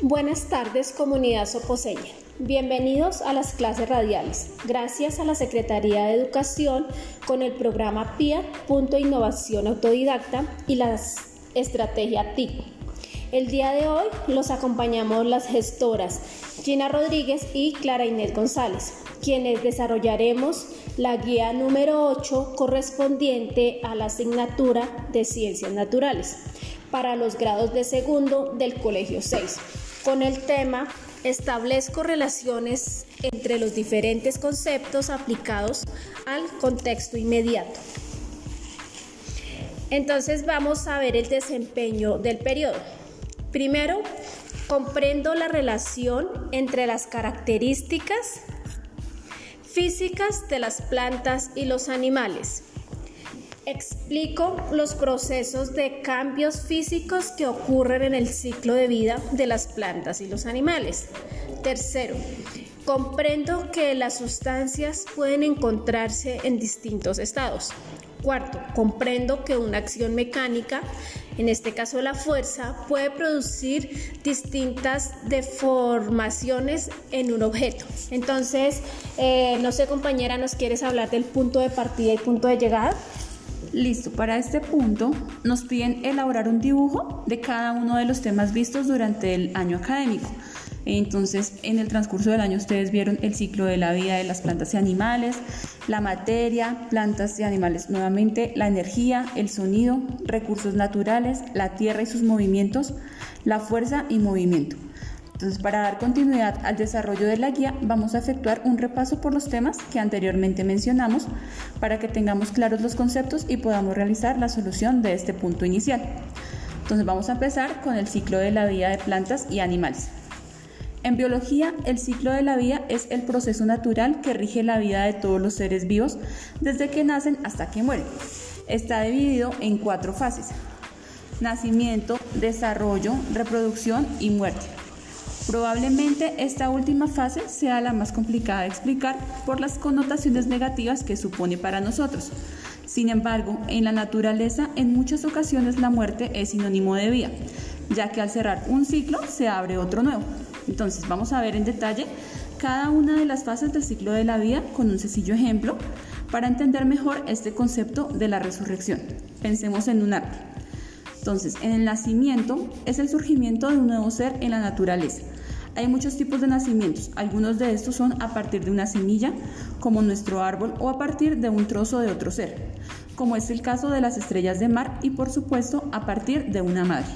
Buenas tardes, comunidad soposeña. Bienvenidos a las clases radiales. Gracias a la Secretaría de Educación con el programa PIA, Punto Innovación Autodidacta y la estrategia TIC. El día de hoy los acompañamos las gestoras Gina Rodríguez y Clara Inés González, quienes desarrollaremos la guía número 8 correspondiente a la asignatura de Ciencias Naturales para los grados de segundo del Colegio 6, con el tema Establezco relaciones entre los diferentes conceptos aplicados al contexto inmediato. Entonces vamos a ver el desempeño del periodo. Primero, comprendo la relación entre las características físicas de las plantas y los animales. Explico los procesos de cambios físicos que ocurren en el ciclo de vida de las plantas y los animales. Tercero, comprendo que las sustancias pueden encontrarse en distintos estados. Cuarto, comprendo que una acción mecánica, en este caso la fuerza, puede producir distintas deformaciones en un objeto. Entonces, no sé, compañera, ¿nos quieres hablar del punto de partida y punto de llegada? Listo, para este punto nos piden elaborar un dibujo de cada uno de los temas vistos durante el año académico. Entonces, en el transcurso del año ustedes vieron el ciclo de la vida de las plantas y animales, la materia, plantas y animales nuevamente, la energía, el sonido, recursos naturales, la tierra y sus movimientos, la fuerza y movimiento. Entonces, para dar continuidad al desarrollo de la guía, vamos a efectuar un repaso por los temas que anteriormente mencionamos para que tengamos claros los conceptos y podamos realizar la solución de este punto inicial. Entonces, vamos a empezar con el ciclo de la vida de plantas y animales. En biología, el ciclo de la vida es el proceso natural que rige la vida de todos los seres vivos desde que nacen hasta que mueren. Está dividido en 4 fases: nacimiento, desarrollo, reproducción y muerte. Probablemente esta última fase sea la más complicada de explicar por las connotaciones negativas que supone para nosotros. Sin embargo, en la naturaleza en muchas ocasiones la muerte es sinónimo de vida, ya que al cerrar un ciclo se abre otro nuevo. Entonces vamos a ver en detalle cada una de las fases del ciclo de la vida con un sencillo ejemplo para entender mejor este concepto de la resurrección. Pensemos en un árbol. Entonces, en el nacimiento es el surgimiento de un nuevo ser en la naturaleza. Hay muchos tipos de nacimientos, algunos de estos son a partir de una semilla, como nuestro árbol, o a partir de un trozo de otro ser, como es el caso de las estrellas de mar, y por supuesto a partir de una madre.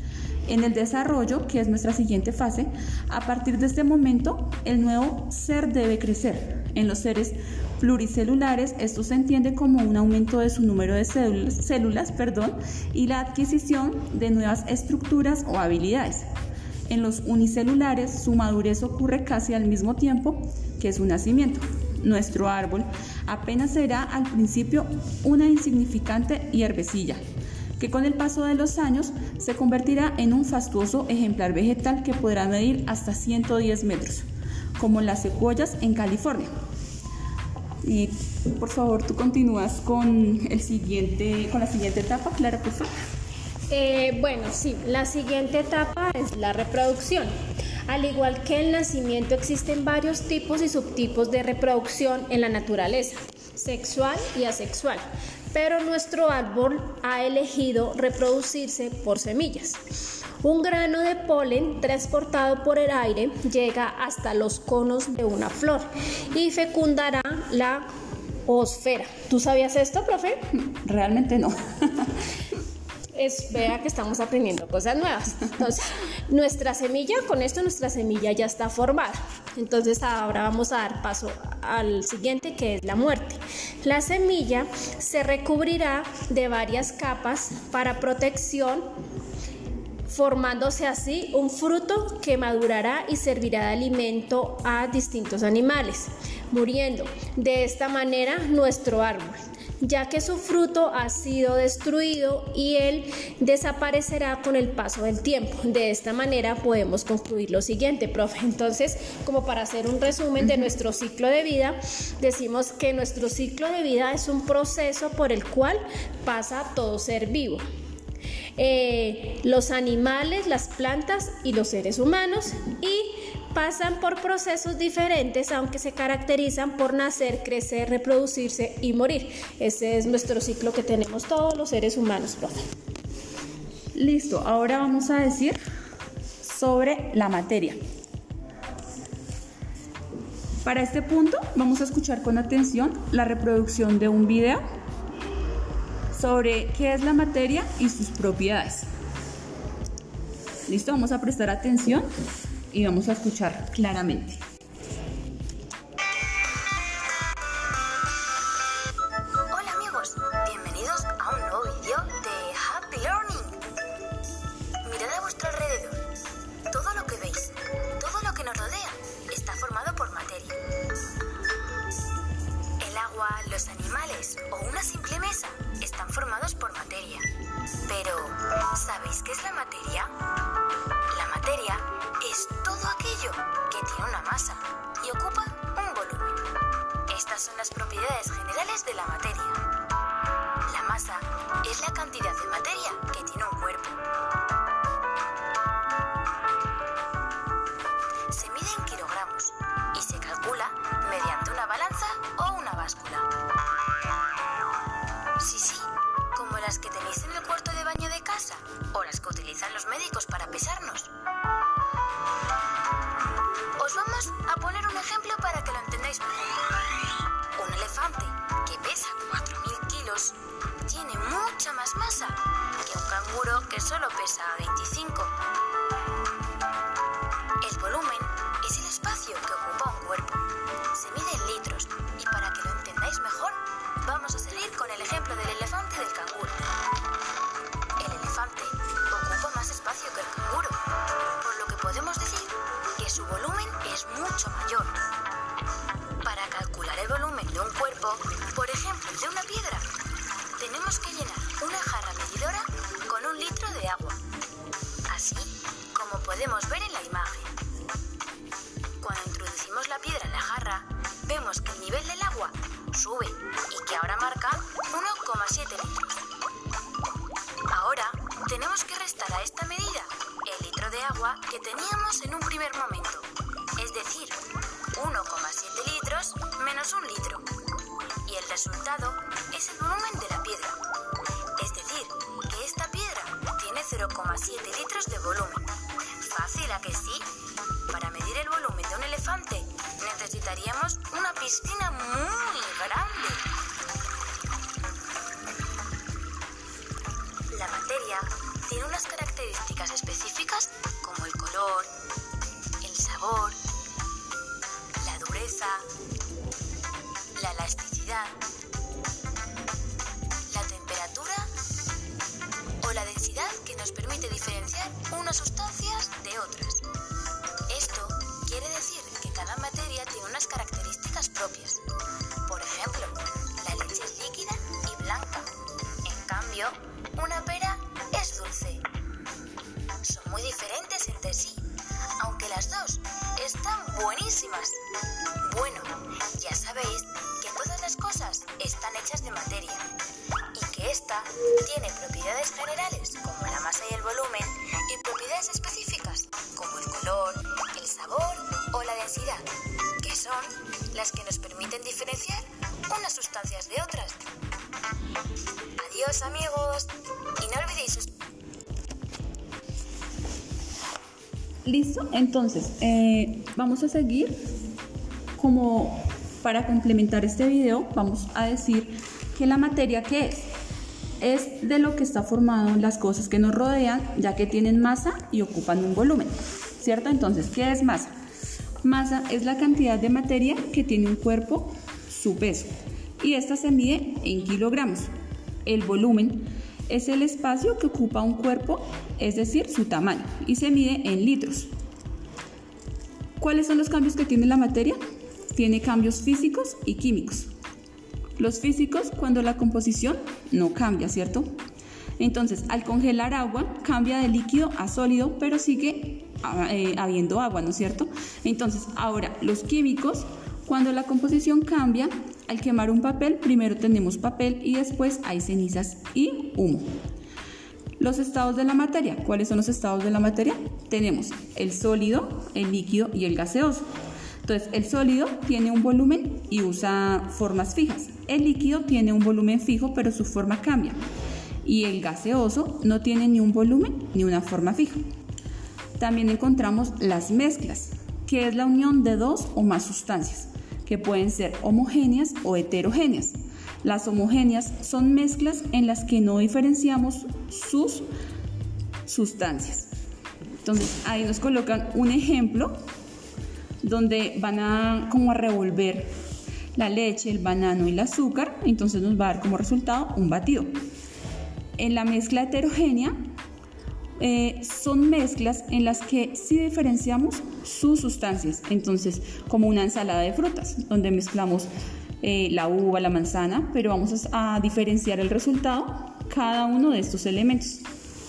En el desarrollo, que es nuestra siguiente fase, a partir de este momento, el nuevo ser debe crecer. En los seres pluricelulares, esto se entiende como un aumento de su número de células, y la adquisición de nuevas estructuras o habilidades. En los unicelulares, su madurez ocurre casi al mismo tiempo que su nacimiento. Nuestro árbol apenas será al principio una insignificante hierbecilla, que con el paso de los años se convertirá en un fastuoso ejemplar vegetal que podrá medir hasta 110 metros, como las secuoyas en California. Y por favor, tú continúas con la siguiente etapa, Clara, por favor. La siguiente etapa es la reproducción. Al igual que el nacimiento, existen varios tipos y subtipos de reproducción en la naturaleza, sexual y asexual, pero nuestro árbol ha elegido reproducirse por semillas. Un grano de polen transportado por el aire llega hasta los conos de una flor y fecundará la oosfera. ¿Tú sabías esto, profe? Realmente no. Vea que estamos aprendiendo cosas nuevas. Entonces, nuestra semilla ya está formada. Entonces, ahora vamos a dar paso al siguiente, que es la muerte. La semilla se recubrirá de varias capas para protección, formándose así un fruto que madurará y servirá de alimento a distintos animales, muriendo de esta manera nuestro árbol, ya que su fruto ha sido destruido y él desaparecerá con el paso del tiempo. De esta manera podemos concluir lo siguiente, profe. Entonces, como para hacer un resumen de nuestro ciclo de vida, decimos que nuestro ciclo de vida es un proceso por el cual pasa todo ser vivo. los animales, las plantas y los seres humanos, y pasan por procesos diferentes, aunque se caracterizan por nacer, crecer, reproducirse y morir. Ese es nuestro ciclo que tenemos todos los seres humanos, profe. Listo, ahora vamos a decir sobre la materia. Para este punto vamos a escuchar con atención la reproducción de un video sobre qué es la materia y sus propiedades. Listo, vamos a prestar atención y vamos a escuchar claramente. Hola amigos, bienvenidos a un nuevo vídeo de Happy Learning. Mirad a vuestro alrededor. Todo lo que veis, todo lo que nos rodea, está formado por materia. El agua, los animales o una simple mesa están formados por materia. Pero, ¿sabéis qué es la materia? La materia es todo aquello que tiene una masa y ocupa un volumen. Estas son las propiedades generales de la materia. La masa es la cantidad de materia que tiene un cuerpo. Se mide en kilogramos y se calcula mediante una balanza o una báscula. Sí, como las que tenéis en el cuarto de baño de casa o las que utilizan los médicos para pesarnos. Os vamos a poner un ejemplo para que lo entendáis mejor. Un elefante que pesa 4.000 kilos tiene mucha más masa que un canguro que solo pesa 25. El volumen es el espacio que ocupa un cuerpo. Se mide en litros y para que lo entendáis mejor, vamos a seguir con el ejemplo del elefante y del canguro. El elefante ocupa más espacio que el canguro, por lo que podemos decir que su volumen es mucho mayor. Para calcular el volumen de un cuerpo, por ejemplo el de una piedra, tenemos que llenar una jarra medidora con 1 litro de agua, así como podemos ver en la imagen. Cuando introducimos la piedra en la jarra, vemos que el nivel del agua sube y que ahora marca 1,7 litros. Ahora tenemos que restar a esta medida el litro de agua que teníamos en un primer momento, es decir, 1,7 litros menos 1 litro. Y el resultado es el volumen de la piedra, es decir, que esta piedra tiene 0,7 litros de volumen. ¿Fácil, a que sí? Para medir el volumen de un elefante necesitaríamos una piscina muy grande. La materia tiene unas características específicas como el color, el sabor, la dureza, la elasticidad, la temperatura o la densidad que nos permite diferenciar unas sustancias de otras. Esto quiere decir que cada materia tiene unas características propias. Por ejemplo, la leche es líquida y blanca. En cambio, una pera es dulce. Son muy diferentes entre sí, aunque las dos están buenísimas. Bueno, ya sabéis que todas las cosas están hechas de materia y que esta tiene propiedades generales como la masa y el volumen y propiedades específicas como el color, el sabor o la densidad, que son las que nos permiten diferenciar unas sustancias de otras. Adiós amigos y no olvidéis Listo, entonces vamos a seguir. Como para complementar este video, vamos a decir que la materia, ¿qué es? Es de lo que está formado las cosas que nos rodean, ya que tienen masa y ocupan un volumen, ¿cierto? Entonces, ¿qué es masa? Masa es la cantidad de materia que tiene un cuerpo, su peso, y esta se mide en kilogramos. El volumen es el espacio que ocupa un cuerpo, es decir, su tamaño, y se mide en litros. ¿Cuáles son los cambios que tiene la materia? Tiene cambios físicos y químicos. Los físicos, cuando la composición no cambia, ¿cierto? Entonces, al congelar agua, cambia de líquido a sólido, pero sigue habiendo agua, ¿no es cierto? Entonces, ahora, los químicos, cuando la composición cambia, al quemar un papel, primero tenemos papel y después hay cenizas y humo. Los estados de la materia. ¿Cuáles son los estados de la materia? Tenemos el sólido, el líquido y el gaseoso. Entonces, el sólido tiene un volumen y usa formas fijas. El líquido tiene un volumen fijo, pero su forma cambia. Y el gaseoso no tiene ni un volumen ni una forma fija. También encontramos las mezclas, que es la unión de dos o más sustancias, que pueden ser homogéneas o heterogéneas. Las homogéneas son mezclas en las que no diferenciamos sus sustancias. Entonces, ahí nos colocan un ejemplo donde van a revolver la leche, el banano y el azúcar. Entonces nos va a dar como resultado un batido. En la mezcla heterogénea son mezclas en las que sí diferenciamos sus sustancias. Entonces, como una ensalada de frutas, donde mezclamos la uva, la manzana, pero vamos a diferenciar el resultado cada uno de estos elementos.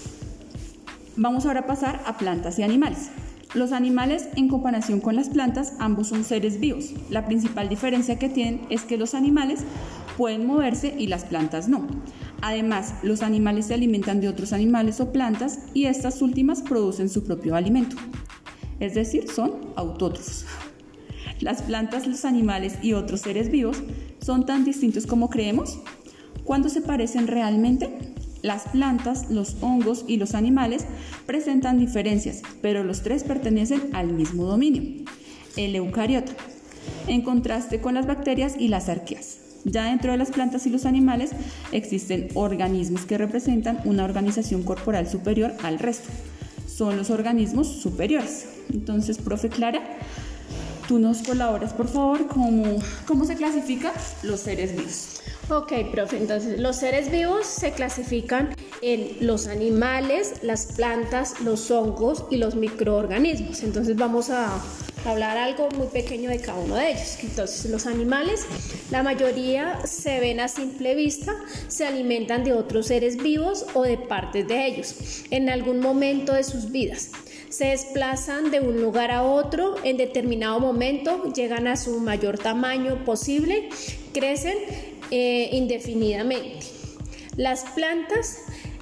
Vamos ahora a pasar a plantas y animales. Los animales, en comparación con las plantas, ambos son seres vivos. La principal diferencia que tienen es que los animales pueden moverse y las plantas no. Además, los animales se alimentan de otros animales o plantas y estas últimas producen su propio alimento. Es decir, son autótrofos. Las plantas, los animales y otros seres vivos son tan distintos como creemos. ¿Cuándo se parecen realmente? Las plantas, los hongos y los animales presentan diferencias, pero los tres pertenecen al mismo dominio, el eucariota, en contraste con las bacterias y las arqueas. Ya dentro de las plantas y los animales existen organismos que representan una organización corporal superior al resto. Son los organismos superiores. Entonces, profe Clara, tú nos colaboras, por favor, cómo se clasifican los seres vivos. Ok, profe, entonces los seres vivos se clasifican en los animales, las plantas, los hongos y los microorganismos. Entonces vamos a hablar algo muy pequeño de cada uno de ellos. Entonces, los animales, la mayoría se ven a simple vista, se alimentan de otros seres vivos o de partes de ellos en algún momento de sus vidas. Se desplazan de un lugar a otro en determinado momento, llegan a su mayor tamaño posible, crecen indefinidamente. Las plantas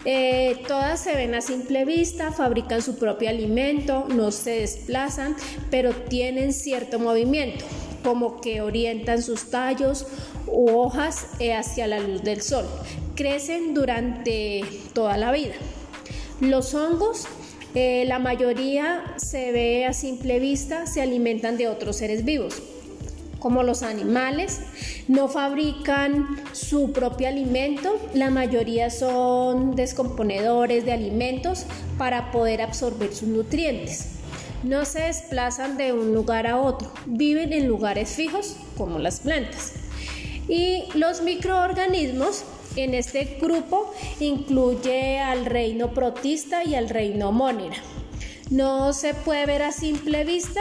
todas se ven a simple vista, fabrican su propio alimento, no se desplazan, pero tienen cierto movimiento, como que orientan sus tallos u hojas hacia la luz del sol. Crecen durante toda la vida. Los hongos, la mayoría se ve a simple vista, se alimentan de otros seres vivos. Como los animales, no fabrican su propio alimento, la mayoría son descomponedores de alimentos para poder absorber sus nutrientes. No se desplazan de un lugar a otro, viven en lugares fijos como las plantas. Y los microorganismos, en este grupo incluye al reino protista y al reino monera. No se puede ver a simple vista,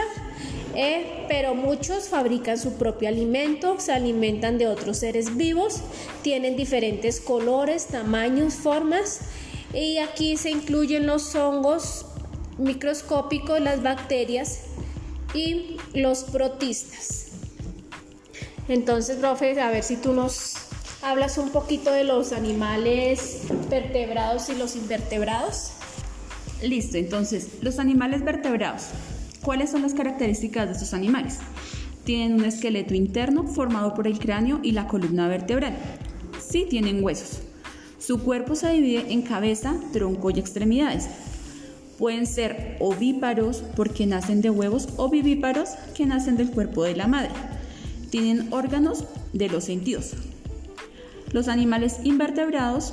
pero muchos fabrican su propio alimento, se alimentan de otros seres vivos, tienen diferentes colores, tamaños, formas, y aquí se incluyen los hongos microscópicos, las bacterias y los protistas. Entonces, profe, a ver si tú nos hablas un poquito de los animales vertebrados y los invertebrados. Listo, entonces, los animales vertebrados. ¿Cuáles son las características de estos animales? Tienen un esqueleto interno formado por el cráneo y la columna vertebral. Sí tienen huesos. Su cuerpo se divide en cabeza, tronco y extremidades. Pueden ser ovíparos porque nacen de huevos o vivíparos que nacen del cuerpo de la madre. Tienen órganos de los sentidos. Los animales invertebrados,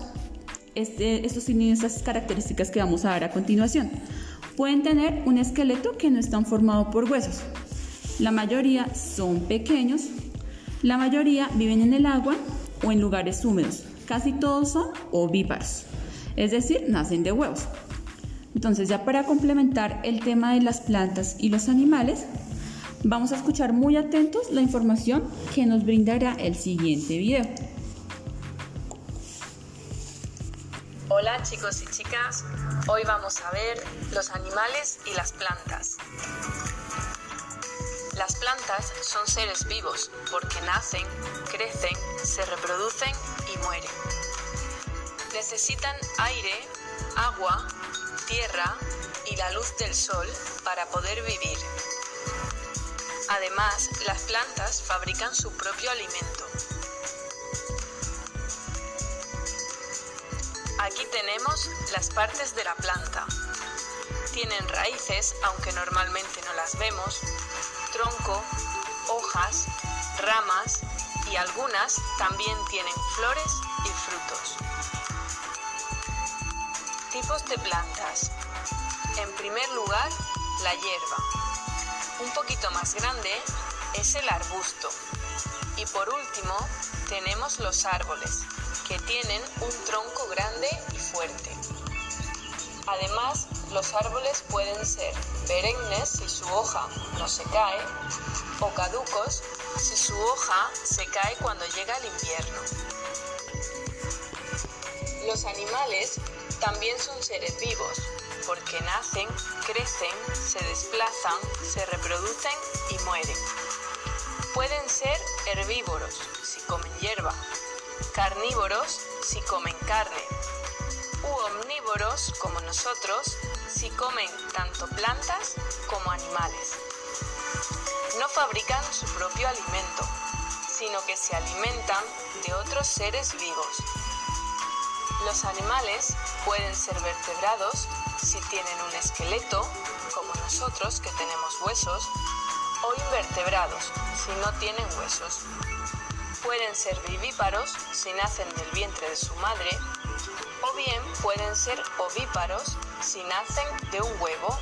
estos tienen esas características que vamos a ver a continuación. Pueden tener un esqueleto que no está formado por huesos. La mayoría son pequeños. La mayoría viven en el agua o en lugares húmedos. Casi todos son ovíparos, es decir, nacen de huevos. Entonces, ya para complementar el tema de las plantas y los animales, vamos a escuchar muy atentos la información que nos brindará el siguiente video. Hola chicos y chicas, hoy vamos a ver los animales y las plantas. Las plantas son seres vivos porque nacen, crecen, se reproducen y mueren. Necesitan aire, agua, tierra y la luz del sol para poder vivir. Además, las plantas fabrican su propio alimento. Aquí tenemos las partes de la planta. Tienen raíces, aunque normalmente no las vemos, tronco, hojas, ramas y algunas también tienen flores y frutos. Tipos de plantas. En primer lugar, la hierba. Un poquito más grande es el arbusto. Y por último, tenemos los árboles, que tienen un tronco grande y fuerte. Además, los árboles pueden ser perennes si su hoja no se cae, o caducos si su hoja se cae cuando llega el invierno. Los animales también son seres vivos, porque nacen, crecen, se desplazan, se reproducen y mueren. Pueden ser herbívoros si comen hierba, carnívoros si comen carne, u omnívoros como nosotros si comen tanto plantas como animales. No fabrican su propio alimento, sino que se alimentan de otros seres vivos. Los animales pueden ser vertebrados si tienen un esqueleto, como nosotros que tenemos huesos, o invertebrados si no tienen huesos. Pueden ser vivíparos si nacen del vientre de su madre, o bien pueden ser ovíparos si nacen de un huevo.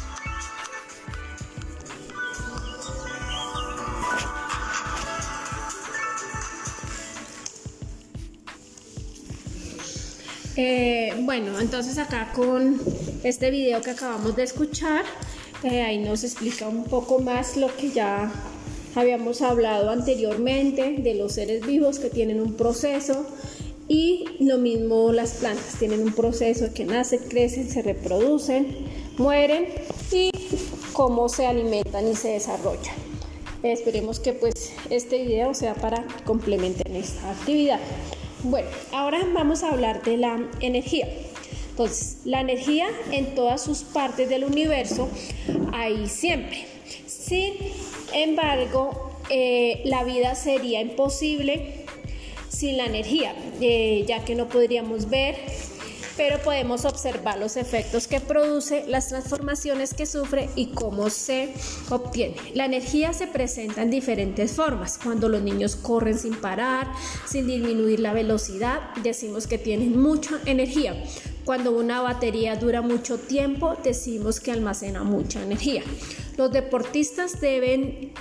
Bueno, entonces acá con este video que acabamos de escuchar, ahí nos explica un poco más lo que ya habíamos hablado anteriormente de los seres vivos que tienen un proceso, y lo mismo las plantas tienen un proceso que nacen, crecen, se reproducen, mueren y cómo se alimentan y se desarrollan. Esperemos que pues este video sea para que complementen esta actividad. Bueno, ahora vamos a hablar de la energía. Entonces, la energía en todas sus partes del universo hay siempre. Sin embargo, la vida sería imposible sin la energía, ya que no podríamos ver, pero podemos observar los efectos que produce, las transformaciones que sufre y cómo se obtiene. La energía se presenta en diferentes formas. Cuando los niños corren sin parar, sin disminuir la velocidad, decimos que tienen mucha energía. Cuando una batería dura mucho tiempo, decimos que almacena mucha energía. Los deportistas beben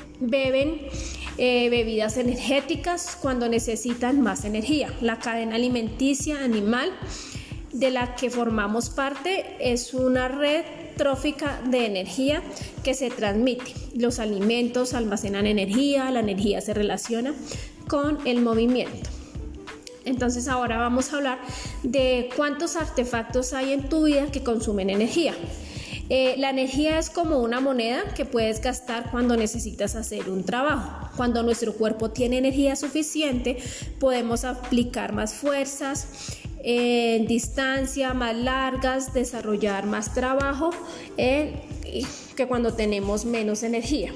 bebidas energéticas cuando necesitan más energía. La cadena alimenticia animal de la que formamos parte es una red trófica de energía que se transmite. Los alimentos almacenan energía, la energía se relaciona con el movimiento. Entonces ahora vamos a hablar de cuántos artefactos hay en tu vida que consumen energía. La energía es como una moneda que puedes gastar cuando necesitas hacer un trabajo. Cuando nuestro cuerpo tiene energía suficiente, podemos aplicar más fuerzas en distancia más largas, desarrollar más trabajo que cuando tenemos menos energía.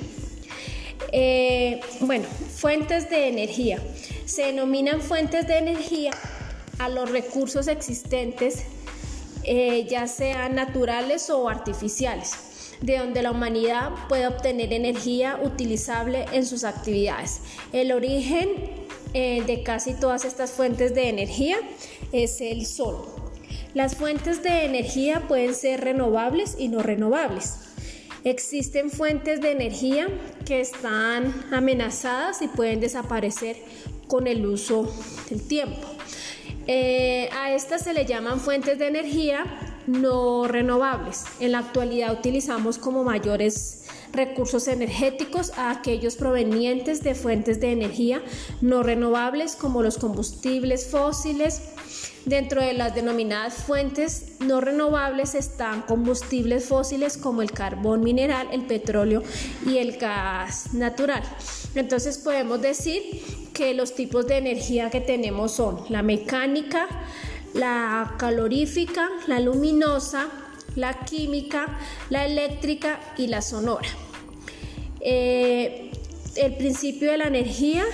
Bueno, fuentes de energía. Se denominan fuentes de energía a los recursos existentes, ya sean naturales o artificiales, de donde la humanidad puede obtener energía utilizable en sus actividades. El origen de casi todas estas fuentes de energía es el sol. Las fuentes de energía pueden ser renovables y no renovables. Existen fuentes de energía que están amenazadas y pueden desaparecer con el uso del tiempo. A estas se le llaman fuentes de energía no renovables. En la actualidad utilizamos como mayores recursos energéticos a aquellos provenientes de fuentes de energía no renovables, como los combustibles fósiles. Dentro de las denominadas fuentes no renovables están combustibles fósiles como el carbón mineral, el petróleo y el gas natural. Entonces podemos decir que los tipos de energía que tenemos son la mecánica, la calorífica, la luminosa, la química, la eléctrica y la sonora. El principio de la energía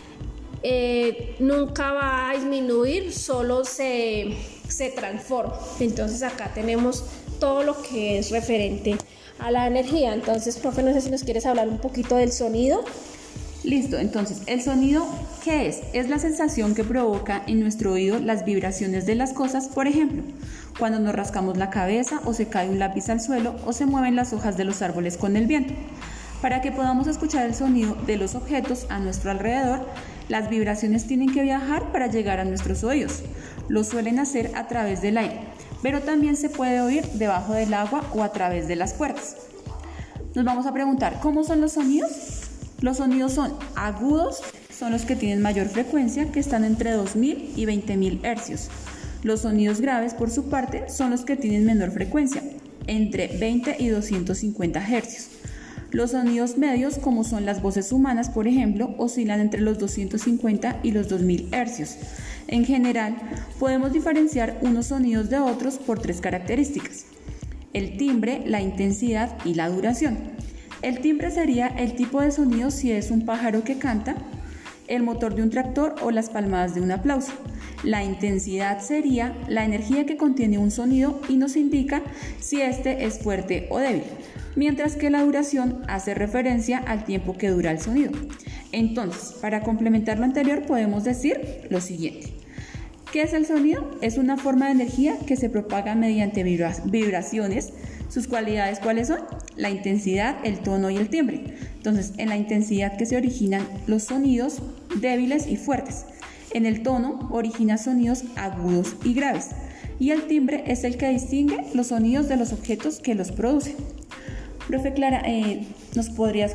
nunca va a disminuir, solo se transforma. Entonces acá tenemos todo lo que es referente a la energía. Entonces, profe, no sé si nos quieres hablar un poquito del sonido. Listo, entonces, ¿el sonido qué es? Es la sensación que provoca en nuestro oído las vibraciones de las cosas, por ejemplo, cuando nos rascamos la cabeza o se cae un lápiz al suelo o se mueven las hojas de los árboles con el viento. Para que podamos escuchar el sonido de los objetos a nuestro alrededor, las vibraciones tienen que viajar para llegar a nuestros oídos. Lo suelen hacer a través del aire, pero también se puede oír debajo del agua o a través de las puertas. Nos vamos a preguntar, ¿cómo son los sonidos? Los sonidos son agudos, son los que tienen mayor frecuencia, que están entre 2000 y 20.000 hercios. Los sonidos graves, por su parte, son los que tienen menor frecuencia, entre 20 y 250 hercios. Los sonidos medios, como son las voces humanas, por ejemplo, oscilan entre los 250 y los 2000 hercios. En general, podemos diferenciar unos sonidos de otros por 3 características: el timbre, la intensidad y la duración. El timbre sería el tipo de sonido si es un pájaro que canta, el motor de un tractor o las palmadas de un aplauso. La intensidad sería la energía que contiene un sonido y nos indica si este es fuerte o débil, mientras que la duración hace referencia al tiempo que dura el sonido. Entonces, para complementar lo anterior, podemos decir lo siguiente. ¿Qué es el sonido? Es una forma de energía que se propaga mediante vibraciones. ¿Sus cualidades cuáles son? La intensidad, el tono y el timbre. Entonces, en la intensidad que se originan los sonidos débiles y fuertes. En el tono origina sonidos agudos y graves. Y el timbre es el que distingue los sonidos de los objetos que los producen. Profe Clara, ¿nos podrías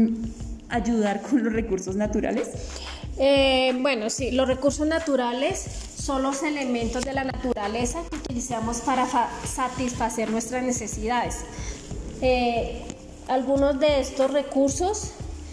ayudar con los recursos naturales? Bueno, sí, los recursos naturales son los elementos de la naturaleza que utilizamos para satisfacer nuestras necesidades. Algunos de estos recursos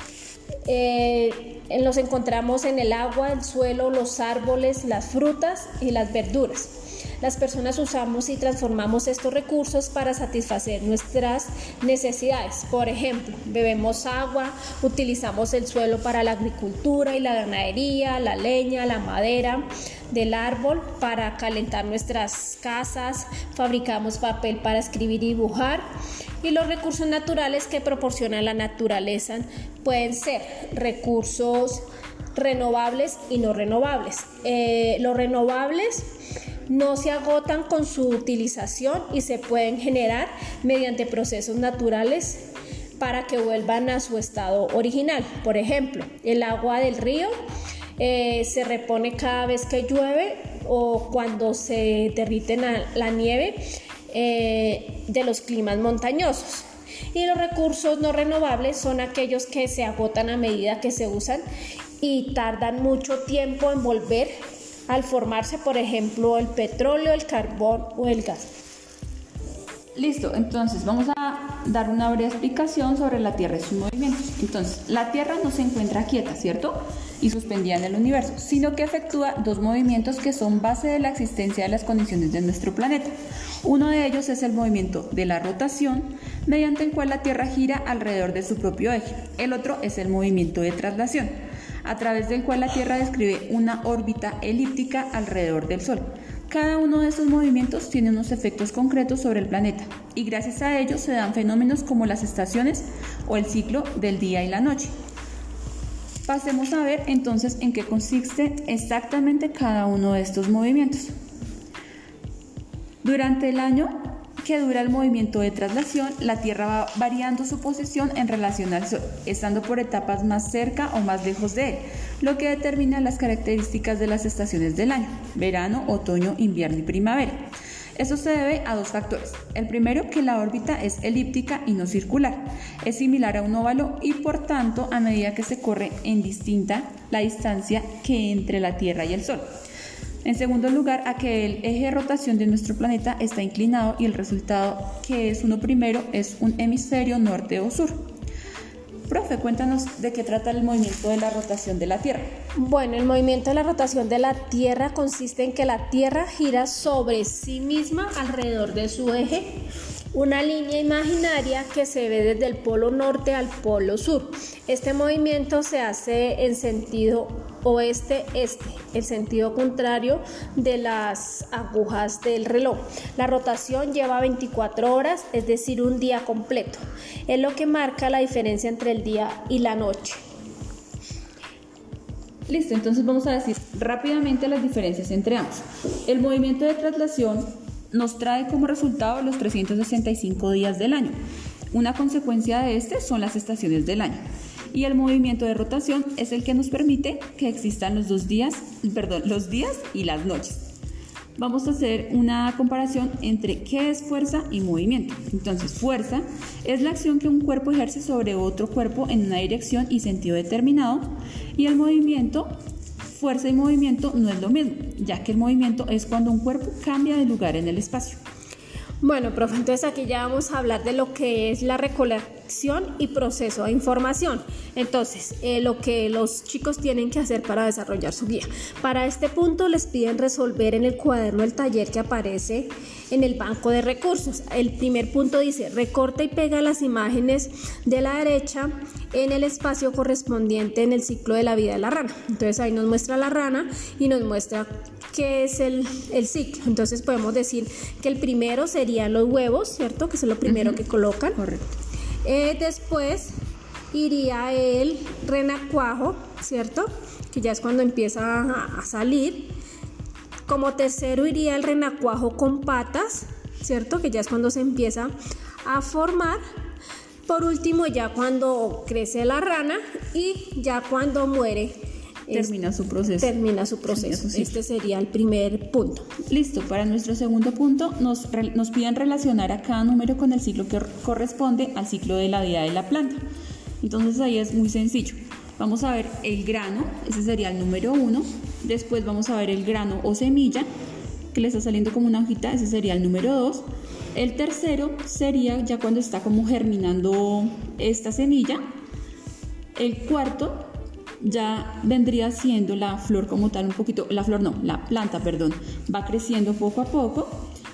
los encontramos en el agua, el suelo, los árboles, las frutas y las verduras. Las personas usamos y transformamos estos recursos para satisfacer nuestras necesidades. Por ejemplo, bebemos agua, utilizamos el suelo para la agricultura y la ganadería, la leña, la madera del árbol para calentar nuestras casas, fabricamos papel para escribir y dibujar. Y los recursos naturales que proporciona la naturaleza pueden ser recursos renovables y no renovables. Los renovables no se agotan con su utilización y se pueden generar mediante procesos naturales para que vuelvan a su estado original. Por ejemplo, el agua del río se repone cada vez que llueve o cuando se derrite la nieve de los climas montañosos. Y los recursos no renovables son aquellos que se agotan a medida que se usan y tardan mucho tiempo en volver al formarse, por ejemplo, el petróleo, el carbón o el gas. Listo, entonces vamos a dar una breve explicación sobre la Tierra y sus movimientos. Entonces, la Tierra no se encuentra quieta, ¿cierto? Y suspendida en el universo, sino que efectúa 2 movimientos que son base de la existencia de las condiciones de nuestro planeta. Uno de ellos es el movimiento de la rotación, mediante el cual la Tierra gira alrededor de su propio eje. El otro es el movimiento de traslación, a través del cual la Tierra describe una órbita elíptica alrededor del Sol. Cada uno de estos movimientos tiene unos efectos concretos sobre el planeta y gracias a ellos se dan fenómenos como las estaciones o el ciclo del día y la noche. Pasemos a ver entonces en qué consiste exactamente cada uno de estos movimientos. Durante el año que dura el movimiento de traslación, la Tierra va variando su posición en relación al Sol, estando por etapas más cerca o más lejos de él, lo que determina las características de las estaciones del año: verano, otoño, invierno y primavera. Esto se debe a 2 factores. El primero, que la órbita es elíptica y no circular. Es similar a un óvalo y por tanto, a medida que se corre en distinta la distancia que entre la Tierra y el Sol. En segundo lugar, a que el eje de rotación de nuestro planeta está inclinado y el resultado, que es uno primero, es un hemisferio norte o sur. Profe, cuéntanos de qué trata el movimiento de la rotación de la Tierra. Bueno, el movimiento de la rotación de la Tierra consiste en que la Tierra gira sobre sí misma alrededor de su eje, una línea imaginaria que se ve desde el polo norte al polo sur. Este movimiento se hace en sentido oeste-este, el sentido contrario de las agujas del reloj. La rotación lleva 24 horas, es decir, un día completo. Es lo que marca la diferencia entre el día y la noche. Listo, entonces vamos a decir rápidamente las diferencias entre ambos. El movimiento de traslación nos trae como resultado los 365 días del año. Una consecuencia de este son las estaciones del año. Y el movimiento de rotación es el que nos permite que existan los días y las noches. Vamos a hacer una comparación entre qué es fuerza y movimiento. Entonces, fuerza es la acción que un cuerpo ejerce sobre otro cuerpo en una dirección y sentido determinado, y el movimiento, fuerza y movimiento no es lo mismo, ya que el movimiento es cuando un cuerpo cambia de lugar en el espacio. Bueno, profe, entonces aquí ya vamos a hablar de lo que es la recolección y proceso de información. Entonces, lo que los chicos tienen que hacer para desarrollar su guía. Para este punto les piden resolver en el cuaderno del taller que aparece en el banco de recursos. El primer punto dice, recorta y pega las imágenes de la derecha en el espacio correspondiente en el ciclo de la vida de la rana. Entonces ahí nos muestra la rana y nos muestra qué es el ciclo. Entonces podemos decir que el primero serían los huevos, ¿cierto? Que es lo primero que colocan. Correcto. Después iría el renacuajo, ¿cierto? Que ya es cuando empieza a salir. Como tercero iría el renacuajo con patas, ¿cierto? Que ya es cuando se empieza a formar. Por último, ya cuando crece la rana y ya cuando muere. Termina su proceso. Este sería el primer punto. Listo, para nuestro segundo punto nos piden relacionar a cada número con el ciclo que corresponde al ciclo de la vida de la planta. Entonces ahí es muy sencillo. Vamos a ver el grano, ese sería el número 1. Después vamos a ver el grano o semilla, que le está saliendo como una hojita, ese sería el número 2. El tercero sería ya cuando está como germinando esta semilla. El cuarto ya vendría siendo la flor como tal, la planta, va creciendo poco a poco.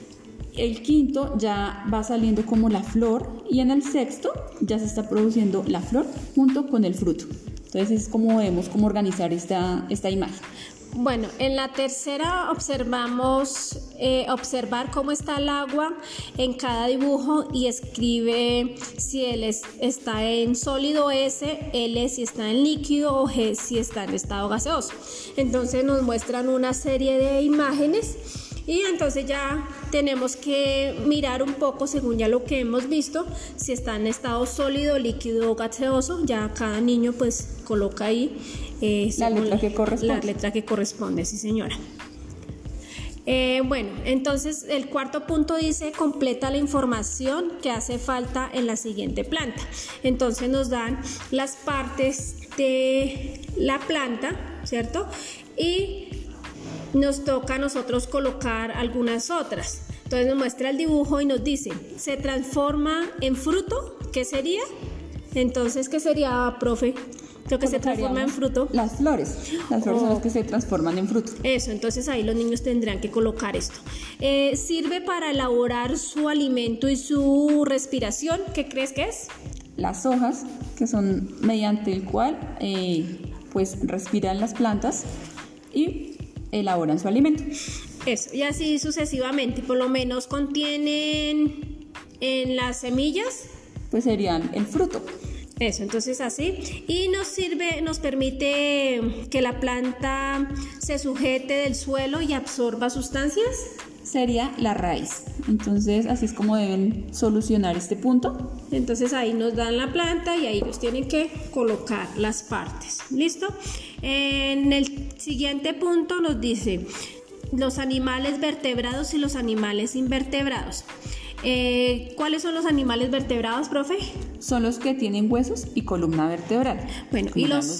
El quinto ya va saliendo como la flor y en el sexto ya se está produciendo la flor junto con el fruto. Entonces es como vemos cómo organizar esta imagen. Bueno, en la tercera observamos observar cómo está el agua en cada dibujo y escribe si él está en sólido S, L si está en líquido o G si está en estado gaseoso. Entonces nos muestran una serie de imágenes y entonces ya tenemos que mirar un poco según ya lo que hemos visto, si está en estado sólido, líquido o gaseoso. Ya cada niño pues coloca ahí la letra que corresponde. Sí señora. Bueno, entonces el cuarto punto dice completa la información que hace falta en la siguiente planta. Entonces nos dan las partes de la planta, ¿cierto? Y nos toca a nosotros colocar algunas otras. Entonces nos muestra el dibujo y nos dice, ¿se transforma en fruto? ¿Qué sería? Entonces, ¿qué sería, profe? Lo que se transforma en fruto. Las flores son las que se transforman en fruto. Eso, entonces ahí los niños tendrán que colocar esto. Sirve para elaborar su alimento y su respiración. ¿Qué crees que es? Las hojas, que son mediante el cual pues respiran las plantas y elaboran su alimento. Eso, y así sucesivamente. Por lo menos contienen en las semillas, pues serían el fruto. Eso, entonces así. Y nos permite que la planta se sujete del suelo y absorba sustancias. Sería la raíz. Entonces así es como deben solucionar este punto. Entonces ahí nos dan la planta y ahí ellos tienen que colocar las partes. ¿Listo? En el siguiente punto nos dice los animales vertebrados y los animales invertebrados. ¿Cuáles son los animales vertebrados, profe? Son los que tienen huesos y columna vertebral. Bueno,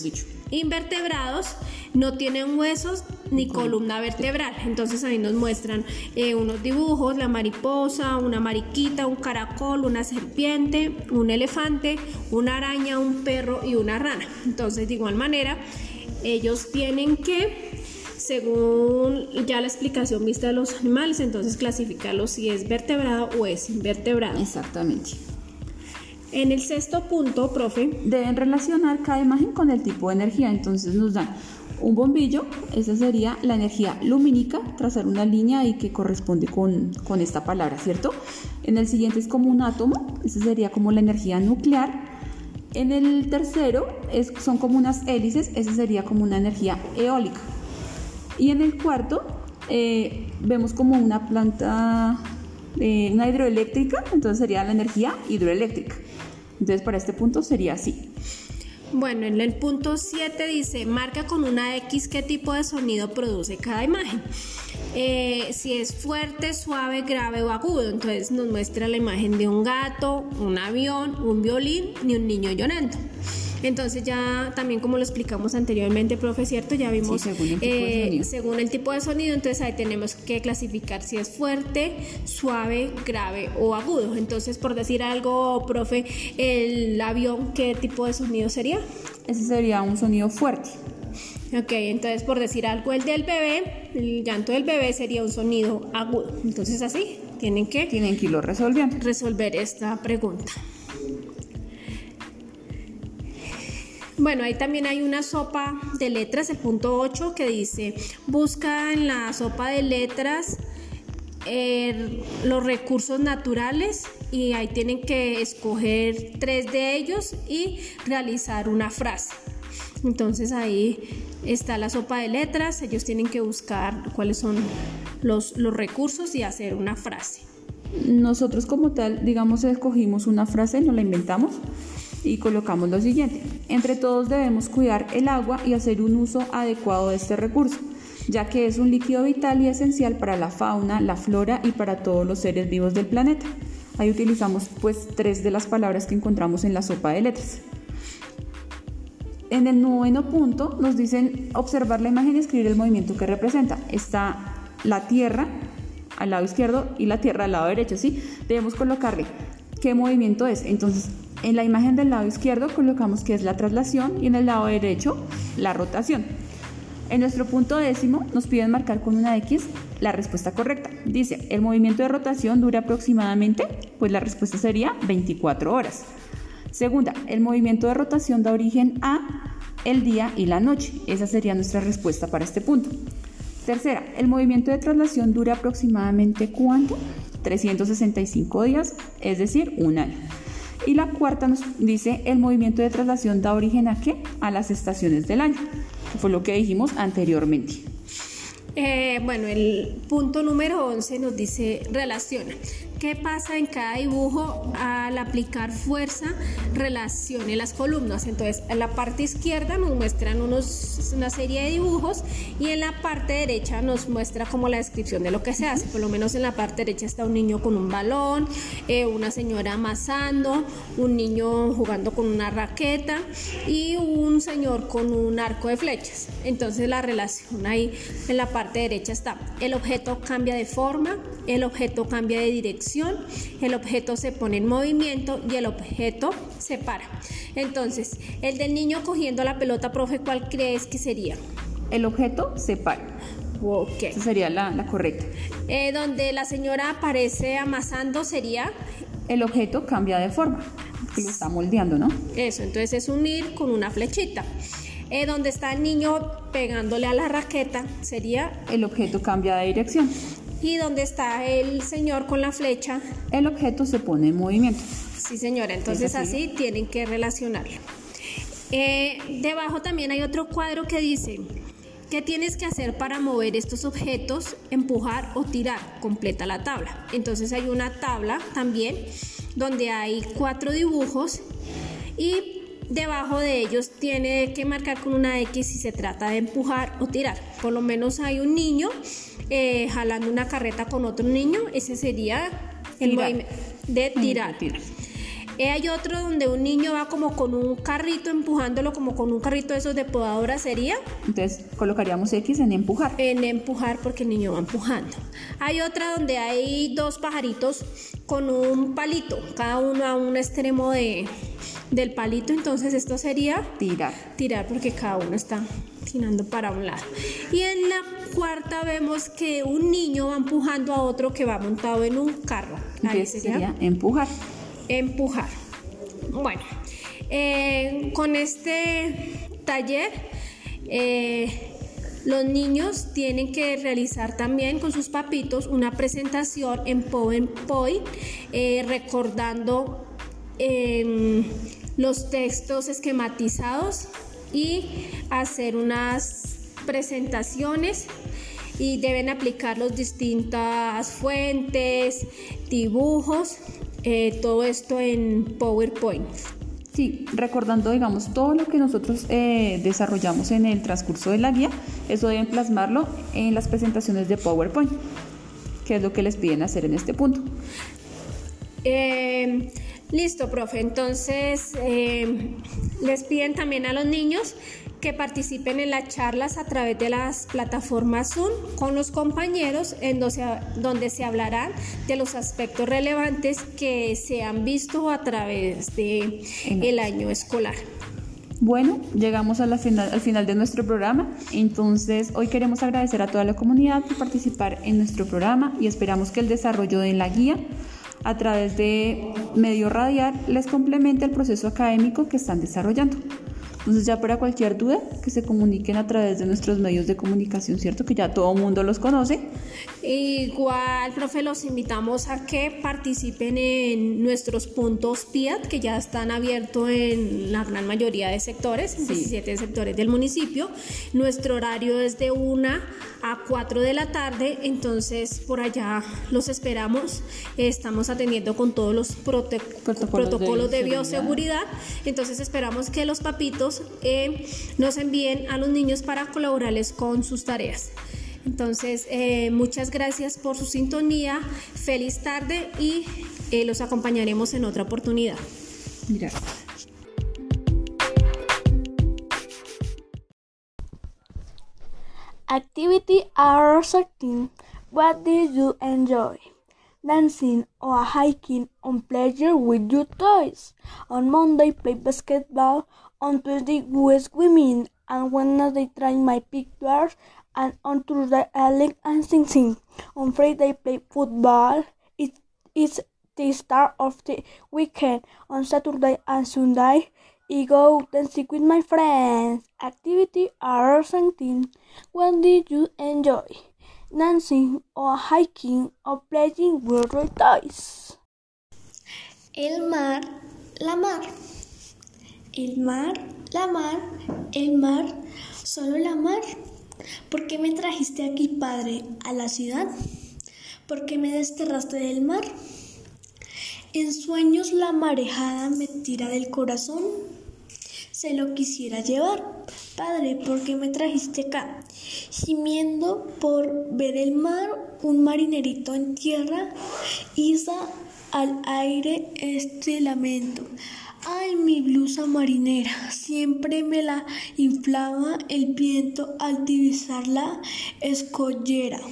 invertebrados no tienen huesos ni columna vertebral. Entonces ahí nos muestran unos dibujos, la mariposa, una mariquita, un caracol, una serpiente, un elefante, una araña, un perro y una rana. Entonces de igual manera ellos tienen que, según ya la explicación vista de los animales, entonces clasificarlos si es vertebrado o es invertebrado. Exactamente. En el sexto punto, profe, deben relacionar cada imagen con el tipo de energía. Entonces nos dan un bombillo, esa sería la energía lumínica, trazar una línea ahí que corresponde con esta palabra, ¿cierto? En el siguiente es como un átomo, esa sería como la energía nuclear. En el tercero son como unas hélices, esa sería como una energía eólica. Y en el cuarto vemos como una planta, una hidroeléctrica, entonces sería la energía hidroeléctrica. Entonces para este punto sería así. Bueno, en el punto 7 dice, marca con una X qué tipo de sonido produce cada imagen. Si es fuerte, suave, grave o agudo. Entonces nos muestra la imagen de un gato, un avión, un violín y un niño llorando. Entonces ya también, como lo explicamos anteriormente, profe, ¿cierto? Ya vimos, sí, según el tipo de sonido, entonces ahí tenemos que clasificar si es fuerte, suave, grave o agudo. Entonces, por decir algo, profe, el avión, ¿qué tipo de sonido sería? Ese sería un sonido fuerte. Ok, entonces por decir algo, el del bebé, el llanto del bebé sería un sonido agudo. Entonces así, tienen que irlo resolviendo. Resolver esta pregunta. Bueno, ahí también hay una sopa de letras, el punto 8, que dice, busca en la sopa de letras los recursos naturales, y ahí tienen que escoger 3 de ellos y realizar una frase. Entonces ahí está la sopa de letras, ellos tienen que buscar cuáles son los recursos y hacer una frase. Nosotros como tal, digamos, escogimos una frase, nos la inventamos y colocamos lo siguiente: entre todos debemos cuidar el agua y hacer un uso adecuado de este recurso, ya que es un líquido vital y esencial para la fauna, la flora y para todos los seres vivos del planeta. Ahí utilizamos pues 3 de las palabras que encontramos en la sopa de letras. En el 9º punto nos dicen observar la imagen y escribir el movimiento que representa. Está la Tierra al lado izquierdo y la Tierra al lado derecho, ¿sí? Debemos colocarle qué movimiento es. Entonces, en la imagen del lado izquierdo colocamos que es la traslación y en el lado derecho la rotación. En nuestro punto 10º nos piden marcar con una X la respuesta correcta. Dice, el movimiento de rotación dura aproximadamente, pues la respuesta sería 24 horas. Segunda, el movimiento de rotación da origen a el día y la noche. Esa sería nuestra respuesta para este punto. Tercera, el movimiento de traslación dura aproximadamente ¿cuánto? 365 días, es decir, un año. Y la cuarta nos dice, el movimiento de traslación da origen ¿a qué? A las estaciones del año, que fue lo que dijimos anteriormente. Bueno, el punto número 11 nos dice relaciona. ¿Qué pasa en cada dibujo al aplicar fuerza? Relacione las columnas. Entonces, en la parte izquierda nos muestran una serie de dibujos y en la parte derecha nos muestra como la descripción de lo que se hace. Por lo menos en la parte derecha está un niño con un balón, una señora amasando, un niño jugando con una raqueta y un señor con un arco de flechas. Entonces, la relación ahí en la parte derecha está: el objeto cambia de forma, el objeto cambia de dirección, el objeto se pone en movimiento y el objeto se para. Entonces, el del niño cogiendo la pelota, profe, ¿cuál crees que sería? El objeto se para. Ok. Esa sería la correcta. Donde la señora aparece amasando sería... El objeto cambia de forma, que lo está moldeando, ¿no? Eso, entonces es unir con una flechita. Donde está el niño pegándole a la raqueta sería... El objeto cambia de dirección. Y donde está el señor con la flecha, el objeto se pone en movimiento. Sí, señora, entonces así tienen que relacionarlo. Debajo también hay otro cuadro que dice: ¿qué tienes que hacer para mover estos objetos, empujar o tirar? Completa la tabla. Entonces hay una tabla también donde hay 4 dibujos y debajo de ellos tiene que marcar con una X si se trata de empujar o tirar. Por lo menos hay un niño jalando una carreta con otro niño, ese sería el movimiento de tirar. Hay otro donde un niño va como con un carrito empujándolo, como con un carrito de esos de podadora sería. Entonces colocaríamos X en empujar. En empujar porque el niño va empujando. Hay otra donde hay dos pajaritos con un palito, cada uno a un extremo del palito, entonces esto sería tirar porque cada uno está tirando para un lado. Y en la cuarta vemos que un niño va empujando a otro que va montado en un carro. Ahí sería empujar. Bueno, con este taller los niños tienen que realizar también con sus papitos una presentación en PowerPoint recordando los textos esquematizados y hacer unas presentaciones, y deben aplicar las distintas fuentes, dibujos, todo esto en PowerPoint. Sí, recordando, digamos, todo lo que nosotros desarrollamos en el transcurso de la guía, eso deben plasmarlo en las presentaciones de PowerPoint, que es lo que les piden hacer en este punto. Listo, profe. Entonces, les piden también a los niños que participen en las charlas a través de las plataformas Zoom con los compañeros, donde se hablarán de los aspectos relevantes que se han visto a través del año escolar. Bueno, llegamos al final de nuestro programa. Entonces, hoy queremos agradecer a toda la comunidad por participar en nuestro programa y esperamos que el desarrollo de la guía a través de medio radial les complemente el proceso académico que están desarrollando. Entonces, ya para cualquier duda, que se comuniquen a través de nuestros medios de comunicación, ¿cierto? Que ya todo el mundo los conoce. Igual, profe, los invitamos a que participen en nuestros puntos PIAT, que ya están abiertos en la gran mayoría de sectores, en 17 sectores del municipio. Nuestro horario es de 1 a 4 de la tarde, entonces por allá los esperamos. Estamos atendiendo con todos los protocolos de bioseguridad, entonces esperamos que los papitos nos envíen a los niños para colaborarles con sus tareas. Entonces, muchas gracias por su sintonía, feliz tarde y los acompañaremos en otra oportunidad. Gracias. Activity hour 13. What did you enjoy? Dancing or hiking, on pleasure with your toys. On Monday, play basketball. On Tuesday, go swimming. And Wednesday, try my pictures. And on Thursday, I like and sing. On Friday, play football. It's the start of the weekend. On Saturday and Sunday, I go dancing with my friends. Activity hour 17. What did you enjoy? Dancing or hiking or playing with your toys. El mar, la mar. El mar, la mar. El mar, solo la mar. ¿Por qué me trajiste aquí, padre, a la ciudad? ¿Por qué me desterraste del mar? En sueños la marejada me tira del corazón. Se lo quisiera llevar, padre, ¿por qué me trajiste acá? Gimiendo por ver el mar, un marinerito en tierra iza al aire este lamento. Ay, mi blusa marinera, siempre me la inflaba el viento al divisar la escollera.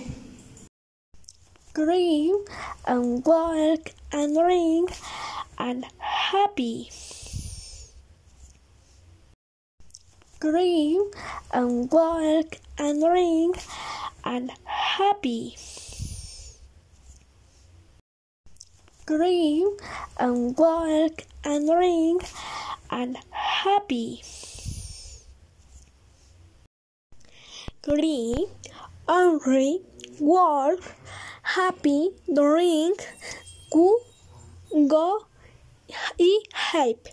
Green and walk and ring and happy. Green and walk and ring and happy. Green and walk and ring and happy. Green and ring, walk, happy, drink, go y hype.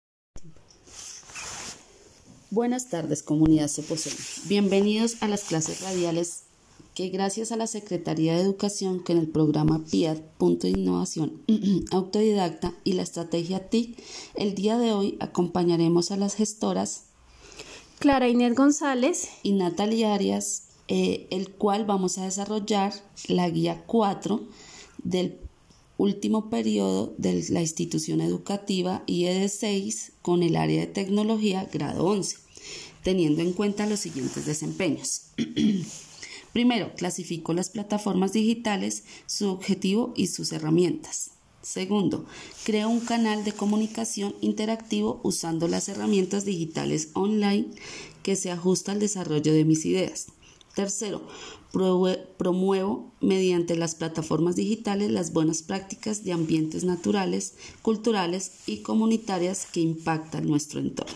Buenas tardes, comunidad Ceposena. Bienvenidos a las clases radiales que gracias a la Secretaría de Educación que en el programa PIAT, Punto de Innovación Autodidacta y la estrategia TIC, el día de hoy acompañaremos a las gestoras Clara Inés González y Natalia Arias, el cual vamos a desarrollar la guía 4 del último periodo de la institución educativa IED 6 con el área de tecnología grado 11, teniendo en cuenta los siguientes desempeños. Primero, clasificó las plataformas digitales, su objetivo y sus herramientas. Segundo, creó un canal de comunicación interactivo usando las herramientas digitales online que se ajusta al desarrollo de mis ideas. Tercero, promuevo mediante las plataformas digitales las buenas prácticas de ambientes naturales, culturales y comunitarias que impactan nuestro entorno.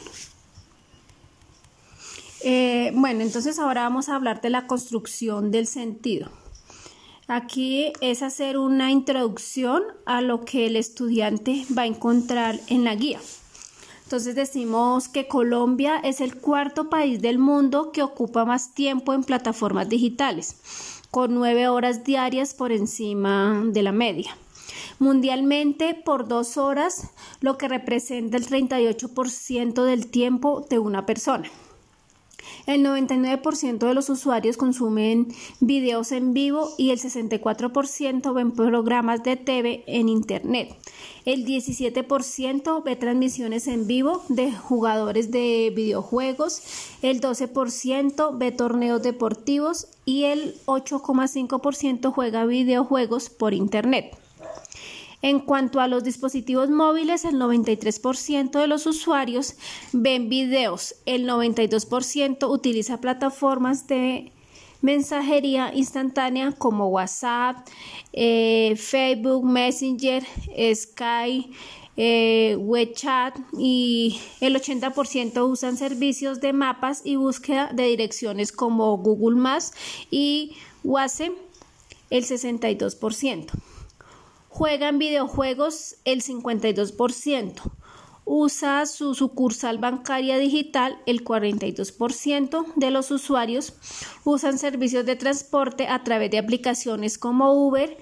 Bueno, entonces ahora vamos a hablar de la construcción del sentido. Aquí es hacer una introducción a lo que el estudiante va a encontrar en la guía. Entonces decimos que Colombia es el cuarto país del mundo que ocupa más tiempo en plataformas digitales, con 9 horas diarias por encima de la media. Mundialmente por 2 horas, lo que representa el 38% del tiempo de una persona. El 99% de los usuarios consumen videos en vivo y el 64% ven programas de TV en Internet. El 17% ve transmisiones en vivo de jugadores de videojuegos, el 12% ve torneos deportivos y el 8,5% juega videojuegos por Internet. En cuanto a los dispositivos móviles, el 93% de los usuarios ven videos, el 92% utiliza plataformas de mensajería instantánea como WhatsApp, Facebook, Messenger, Skype, WeChat y el 80% usan servicios de mapas y búsqueda de direcciones como Google Maps y Waze, el 62%. Juegan videojuegos el 52%, usa su sucursal bancaria digital el 42% de los usuarios, usan servicios de transporte a través de aplicaciones como Uber,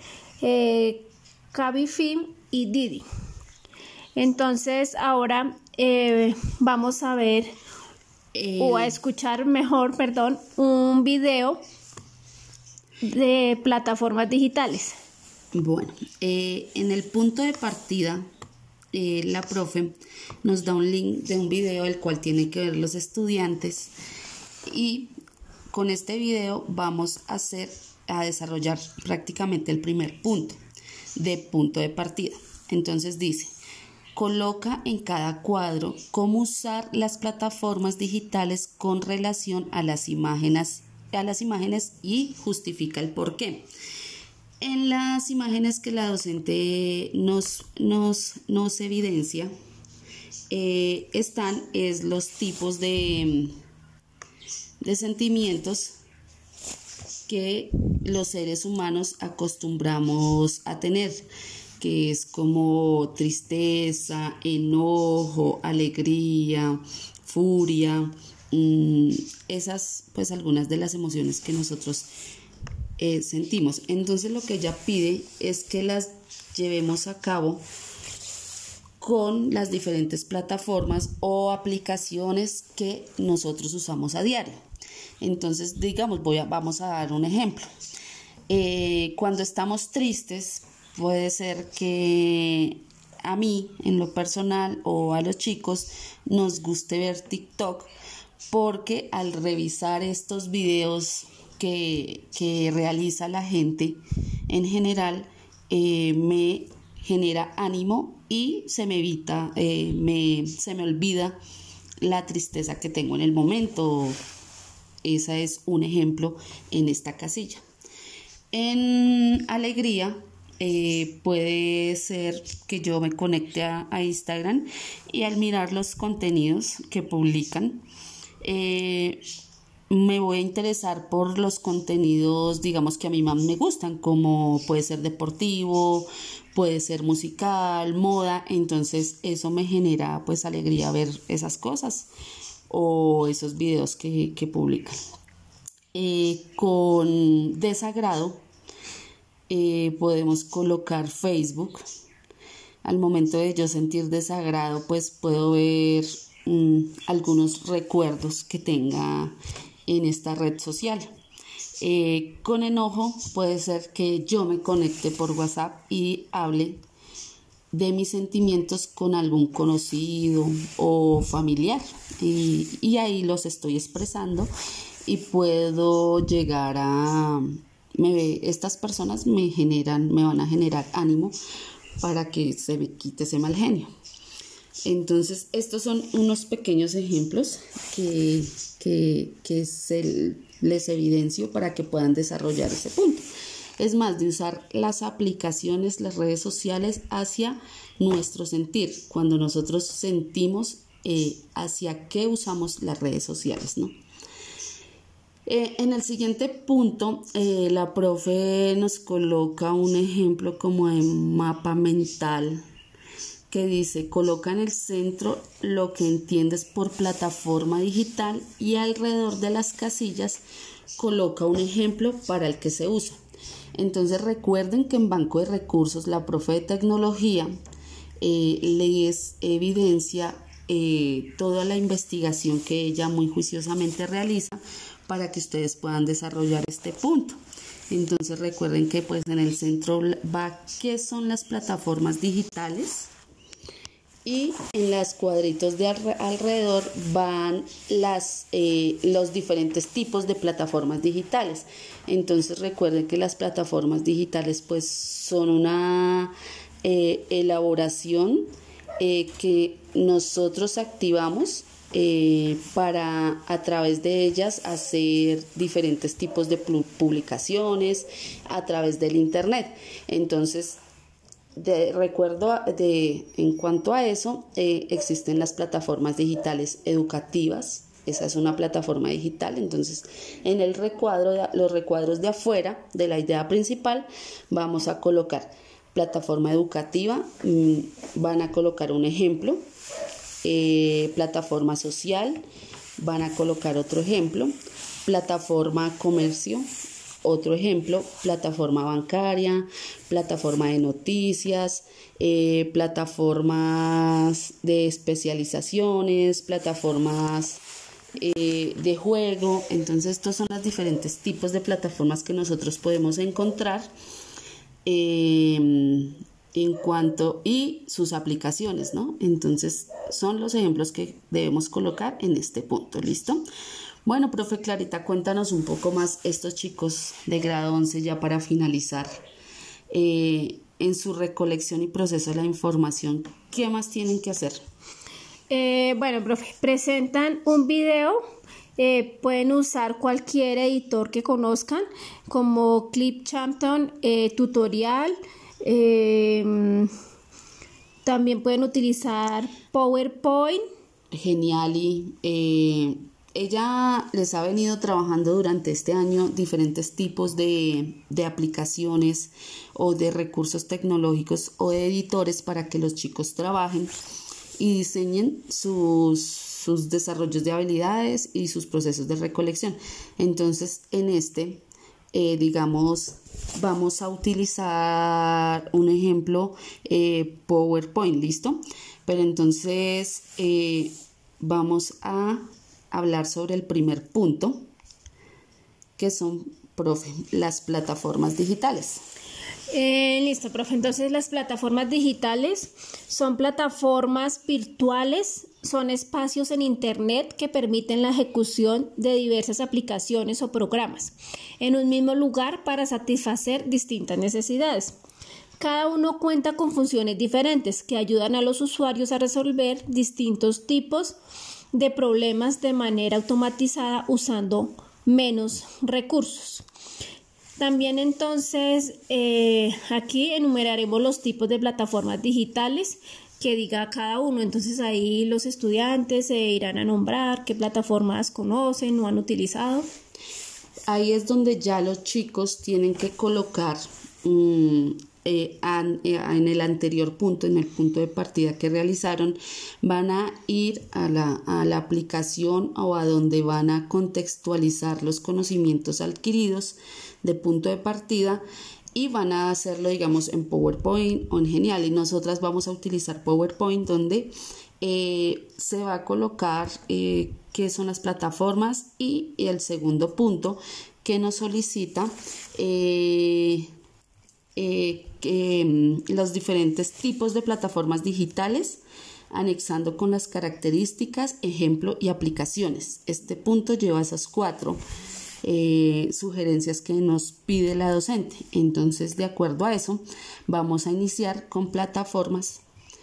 Cabify y Didi. Entonces ahora vamos a ver o a escuchar mejor, un video de plataformas digitales. Bueno, en el punto de partida, la profe nos da un link de un video el cual tienen que ver los estudiantes y con este video vamos a desarrollar prácticamente el primer punto de partida. Entonces dice, coloca en cada cuadro cómo usar las plataformas digitales con relación a las imágenes y justifica el por qué. En las imágenes que la docente nos evidencia están los tipos de sentimientos que los seres humanos acostumbramos a tener, que es como tristeza, enojo, alegría, furia, esas pues algunas de las emociones que nosotros sentimos. Entonces lo que ella pide es que las llevemos a cabo con las diferentes plataformas o aplicaciones que nosotros usamos a diario. Entonces digamos, vamos a dar un ejemplo. Cuando estamos tristes, puede ser que a mí en lo personal o a los chicos nos guste ver TikTok, porque al revisar estos videos que realiza la gente en general me genera ánimo y se me olvida la tristeza que tengo en el momento. Ese es un ejemplo en esta casilla. En alegría puede ser que yo me conecte a Instagram y al mirar los contenidos que publican me voy a interesar por los contenidos, digamos, que a mí más me gustan, como puede ser deportivo, puede ser musical, moda. Entonces eso me genera pues alegría ver esas cosas o esos videos que publican. Con desagrado podemos colocar Facebook. Al momento de yo sentir desagrado, pues puedo ver algunos recuerdos que tenga en esta red social. Con enojo puede ser que yo me conecte por WhatsApp y hable de mis sentimientos con algún conocido o familiar y ahí los estoy expresando y puedo llegar a... estas personas me van a generar ánimo para que se me quite ese mal genio. Entonces, estos son unos pequeños ejemplos que les evidencio para que puedan desarrollar ese punto. Es más, de usar las aplicaciones, las redes sociales hacia nuestro sentir, cuando nosotros sentimos hacia qué usamos las redes sociales, ¿no? En el siguiente punto, la profe nos coloca un ejemplo como de mapa mental que dice: coloca en el centro lo que entiendes por plataforma digital y alrededor de las casillas coloca un ejemplo para el que se usa. Entonces recuerden que en Banco de Recursos la profe de tecnología les evidencia toda la investigación que ella muy juiciosamente realiza para que ustedes puedan desarrollar este punto. Entonces recuerden que pues en el centro va qué son las plataformas digitales y en los cuadritos de alrededor van los diferentes tipos de plataformas digitales. Entonces recuerden que las plataformas digitales pues son una elaboración que nosotros activamos para a través de ellas hacer diferentes tipos de publicaciones a través del internet. Entonces en cuanto a eso, existen las plataformas digitales educativas. Esa es una plataforma digital. Entonces, en el los recuadros de afuera de la idea principal, vamos a colocar plataforma educativa, van a colocar un ejemplo, plataforma social, van a colocar otro ejemplo, plataforma comercio, otro ejemplo, plataforma bancaria, plataforma de noticias, plataformas de especializaciones, plataformas de juego. Entonces estos son los diferentes tipos de plataformas que nosotros podemos encontrar en cuanto y sus aplicaciones, ¿no? Entonces son los ejemplos que debemos colocar en este punto. ¿Listo? Bueno, profe Clarita, cuéntanos un poco más estos chicos de grado 11 ya para finalizar. En su recolección y proceso de la información, ¿qué más tienen que hacer? Bueno, profe, presentan un video, pueden usar cualquier editor que conozcan, como Clipchamp, Tutorial, también pueden utilizar PowerPoint. Genial. Ella les ha venido trabajando durante este año diferentes tipos de aplicaciones o de recursos tecnológicos o de editores para que los chicos trabajen y diseñen sus desarrollos de habilidades y sus procesos de recolección. Entonces, en vamos a utilizar un ejemplo PowerPoint, ¿listo? Pero entonces vamos a hablar sobre el primer punto, que son, profe, las plataformas digitales. Listo, profe. Entonces, las plataformas digitales son plataformas virtuales, son espacios en Internet que permiten la ejecución de diversas aplicaciones o programas en un mismo lugar para satisfacer distintas necesidades. Cada uno cuenta con funciones diferentes que ayudan a los usuarios a resolver distintos tipos de problemas de manera automatizada usando menos recursos. También entonces aquí enumeraremos los tipos de plataformas digitales que diga cada uno. Entonces ahí los estudiantes se irán a nombrar qué plataformas conocen o han utilizado. Ahí es donde ya los chicos tienen que colocar en el anterior punto, en el punto de partida que realizaron, van a ir a la aplicación o a donde van a contextualizar los conocimientos adquiridos de punto de partida y van a hacerlo, digamos, en PowerPoint o en Genial. Y nosotras vamos a utilizar PowerPoint, donde se va a colocar qué son las plataformas y el segundo punto, que nos solicita los diferentes tipos de plataformas digitales, anexando con las características, ejemplo y aplicaciones. Este punto lleva esas 4 sugerencias que nos pide la docente. Entonces, de acuerdo a eso, vamos a iniciar con plataformas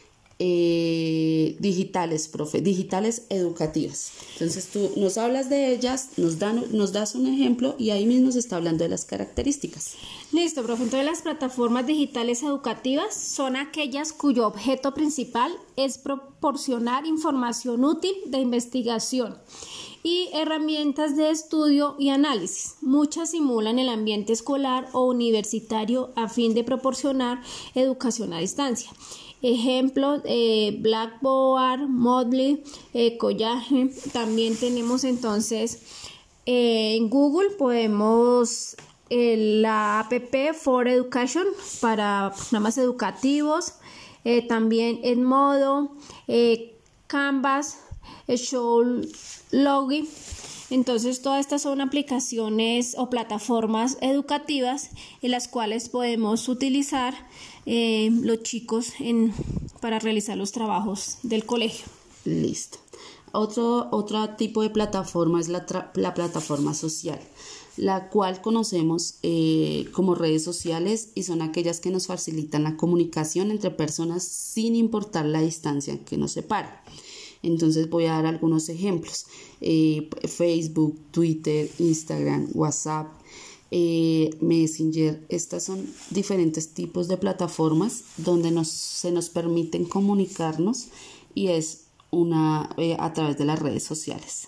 digitales, profe, digitales educativas. Entonces tú nos hablas de ellas, nos das un ejemplo y ahí mismo se está hablando de las características. Listo, profe. Entonces las plataformas digitales educativas son aquellas cuyo objeto principal es proporcionar información útil de investigación y herramientas de estudio y análisis. Muchas simulan el ambiente escolar o universitario a fin de proporcionar educación a distancia. Ejemplos, Blackboard, Moodle, Collage. También tenemos entonces en Google podemos la app for Education para programas educativos, también Edmodo, Canvas, Showlogi. Entonces todas estas son aplicaciones o plataformas educativas en las cuales podemos utilizar los chicos para realizar los trabajos del colegio. Listo. Otro tipo de plataforma es la plataforma social, la cual conocemos como redes sociales y son aquellas que nos facilitan la comunicación entre personas sin importar la distancia que nos separa. Entonces voy a dar algunos ejemplos: Facebook, Twitter, Instagram, WhatsApp, Messenger. Estas son diferentes tipos de plataformas donde se nos permiten comunicarnos y es a través de las redes sociales.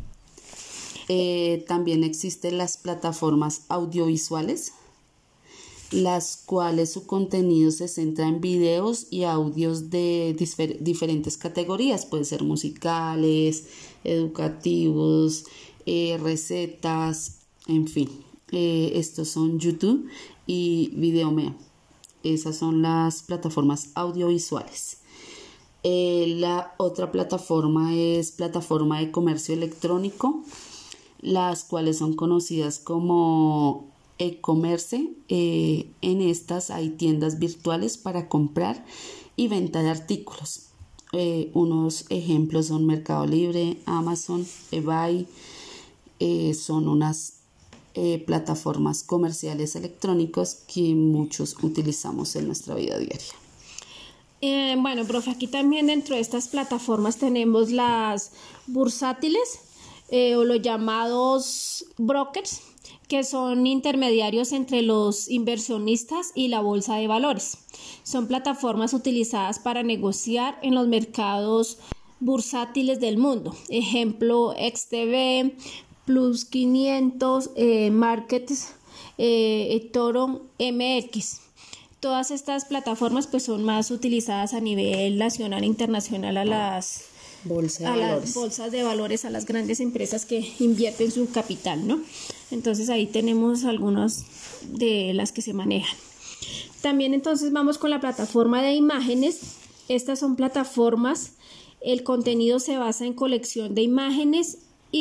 También existen las plataformas audiovisuales, las cuales su contenido se centra en videos y audios de diferentes categorías, pueden ser musicales, educativos, recetas, en fin. Estos son YouTube y Videomea. Esas son las plataformas audiovisuales. La otra plataforma es plataforma de comercio electrónico, las cuales son conocidas como e-commerce. En estas hay tiendas virtuales para comprar y venta de artículos. Unos ejemplos son Mercado Libre, Amazon, eBay. Son unas plataformas comerciales electrónicos que muchos utilizamos en nuestra vida diaria. Bueno, profe, aquí también dentro de estas plataformas tenemos las bursátiles o los llamados brokers, que son intermediarios entre los inversionistas y la bolsa de valores. Son plataformas utilizadas para negociar en los mercados bursátiles del mundo. Ejemplo, XTB, Plus 500, Markets, Toro MX. Todas estas plataformas pues son más utilizadas a nivel nacional e internacional a las bolsas de valores, a las grandes empresas que invierten su capital, ¿no? Entonces ahí tenemos algunas de las que se manejan. También entonces vamos con la plataforma de imágenes. Estas son plataformas, el contenido se basa en colección de imágenes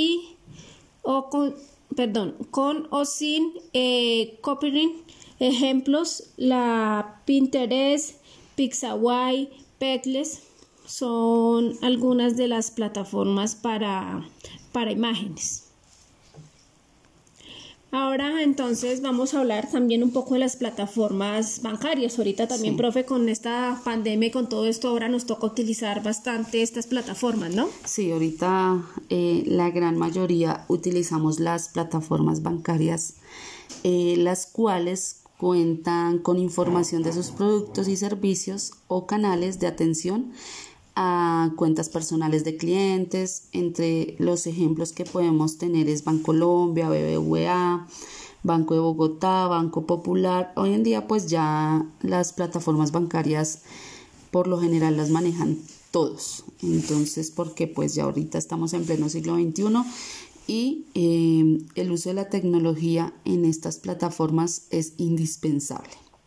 con o sin copyright. Ejemplos, la Pinterest, Pixabay, Padlet son algunas de las plataformas para imágenes. Ahora entonces vamos a hablar también un poco de las plataformas bancarias. Ahorita también, sí, profe, con esta pandemia y con todo esto ahora nos toca utilizar bastante estas plataformas, ¿no? Sí, ahorita la gran mayoría utilizamos las plataformas bancarias, las cuales cuentan con información de sus productos y servicios o canales de atención a cuentas personales de clientes. Entre los ejemplos que podemos tener es Bancolombia, BBVA, Banco de Bogotá, Banco Popular. Hoy en día pues ya las plataformas bancarias por lo general las manejan todos. Entonces, porque pues ya ahorita estamos en pleno siglo XXI y el uso de la tecnología en estas plataformas es indispensable.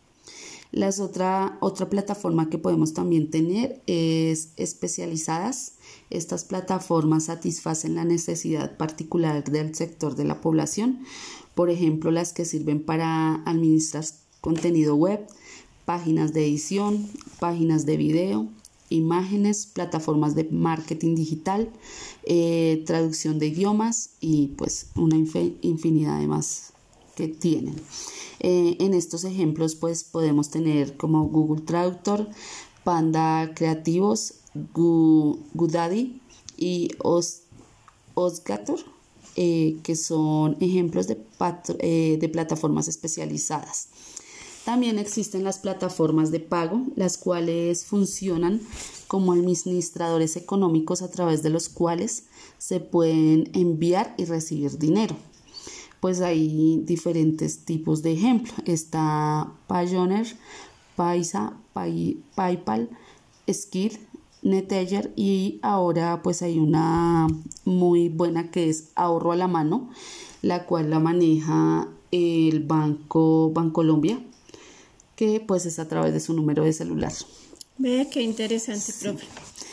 Otra plataforma que podemos también tener es especializadas. Estas plataformas satisfacen la necesidad particular del sector de la población, por ejemplo, las que sirven para administrar contenido web, páginas de edición, páginas de video, imágenes, plataformas de marketing digital, traducción de idiomas y pues una infinidad de más que tienen. En estos ejemplos pues podemos tener como Google Traductor, Panda Creativos, GoDaddy y HostGator, que son ejemplos de plataformas especializadas. También existen las plataformas de pago, las cuales funcionan como administradores económicos a través de los cuales se pueden enviar y recibir dinero. Pues hay diferentes tipos de ejemplos. Está Payoneer, Paisa, PayPal, Skid, Neteller y ahora pues hay una muy buena que es Ahorro a la Mano, la cual la maneja el Banco Bancolombia, que pues es a través de su número de celular. Vea qué interesante, sí. Profe.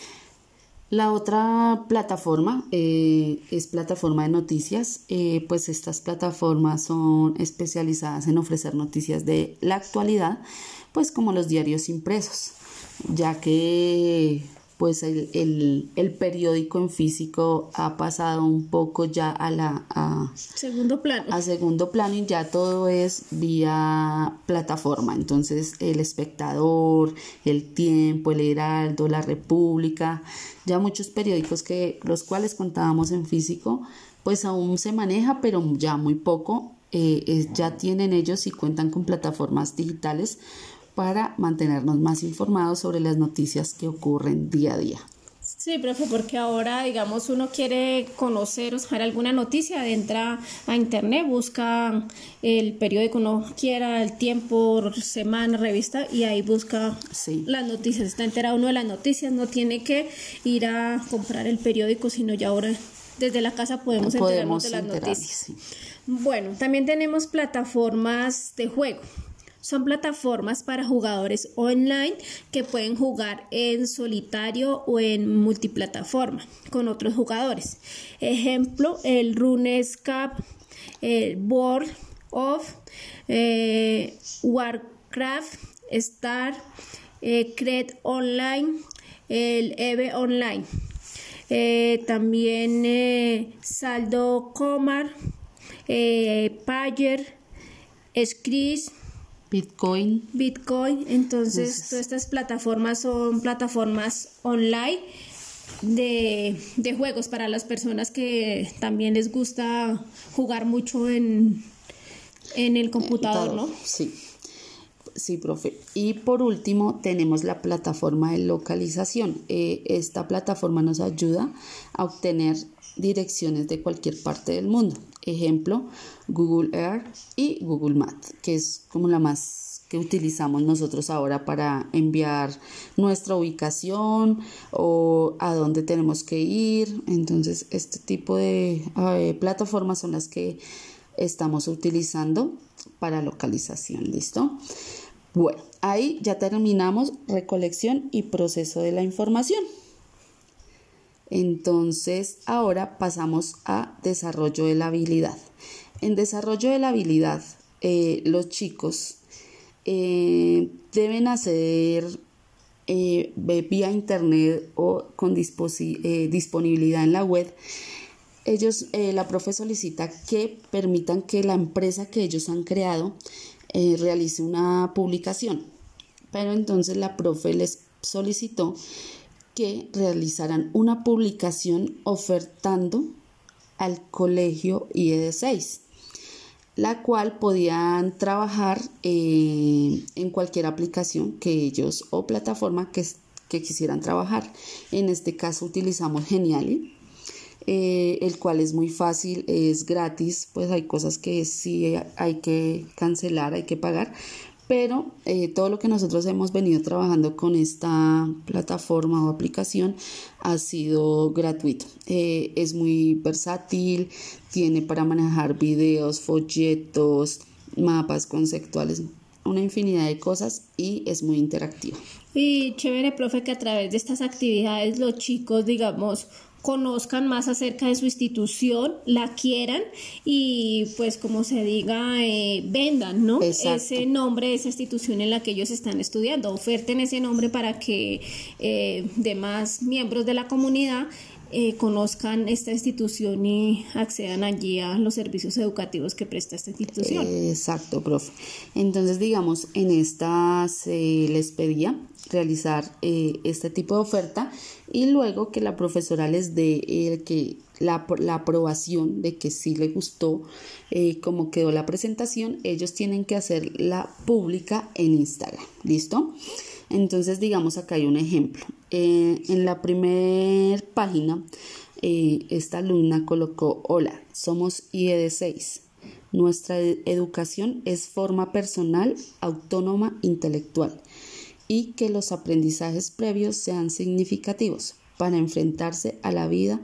La otra plataforma es plataforma de noticias. Pues estas plataformas son especializadas en ofrecer noticias de la actualidad, pues como los diarios impresos, ya que pues el periódico en físico ha pasado un poco ya a segundo plano y ya todo es vía plataforma. Entonces El Espectador, El Tiempo, El Heraldo, La República, ya muchos periódicos los cuales contábamos en físico pues aún se maneja, pero ya muy poco. Ya tienen ellos y cuentan con plataformas digitales para mantenernos más informados sobre las noticias que ocurren día a día. Sí, profe, porque ahora, digamos, uno quiere conocer o saber alguna noticia, entra a internet, busca el periódico uno quiera, El Tiempo, semana, revista, y ahí busca las noticias. Está enterado uno de las noticias, no tiene que ir a comprar el periódico, sino ya ahora desde la casa podemos enterarnos de las noticias. Sí. Bueno, también tenemos plataformas de juego. Son plataformas para jugadores online que pueden jugar en solitario o en multiplataforma con otros jugadores. Ejemplo, el RuneScape, el World of Warcraft, Star, Creed Online, el EVE Online. También Saldo Comar, Payer, Scris, Bitcoin. Entonces todas estas plataformas son plataformas online de juegos para las personas que también les gusta jugar mucho en el computador, ¿no? Sí, profe. Y por último tenemos la plataforma de localización. Esta plataforma nos ayuda a obtener direcciones de cualquier parte del mundo. Ejemplo, Google Earth y Google Maps, que es como la más que utilizamos nosotros ahora para enviar nuestra ubicación o a dónde tenemos que ir. Entonces, este tipo de plataformas son las que estamos utilizando para localización. ¿Listo? Bueno, ahí ya terminamos recolección y proceso de la información. Entonces, ahora pasamos a desarrollo de la habilidad. En desarrollo de la habilidad, los chicos deben acceder vía internet o con disponibilidad en la web. La profe solicita que permitan que la empresa que ellos han creado realice una publicación. Pero entonces la profe les solicitó que realizaran una publicación ofertando al colegio IED6, la cual podían trabajar en cualquier aplicación que ellos o plataforma que quisieran trabajar. En este caso utilizamos Genially, el cual es muy fácil, es gratis, pues hay cosas que sí hay que cancelar, hay que pagar, pero todo lo que nosotros hemos venido trabajando con esta plataforma o aplicación ha sido gratuito. Es muy versátil, tiene para manejar videos, folletos, mapas conceptuales, una infinidad de cosas y es muy interactivo. Y chévere, profe, que a través de estas actividades los chicos, digamos, conozcan más acerca de su institución, la quieran y pues como se diga, vendan, ¿no? Exacto. Ese nombre de esa institución en la que ellos están estudiando, oferten ese nombre para que demás miembros de la comunidad conozcan esta institución y accedan allí a los servicios educativos que presta esta institución. Exacto, profe. Entonces, digamos, en esta se les pedía realizar este tipo de oferta y luego que la profesora les dé la aprobación de que sí le gustó cómo quedó la presentación, ellos tienen que hacerla pública en Instagram. ¿Listo? Entonces, digamos, acá hay un ejemplo. En la primera página, esta alumna colocó: hola, somos IED 6. Nuestra educación es forma personal, autónoma, intelectual, y que los aprendizajes previos sean significativos para enfrentarse a la vida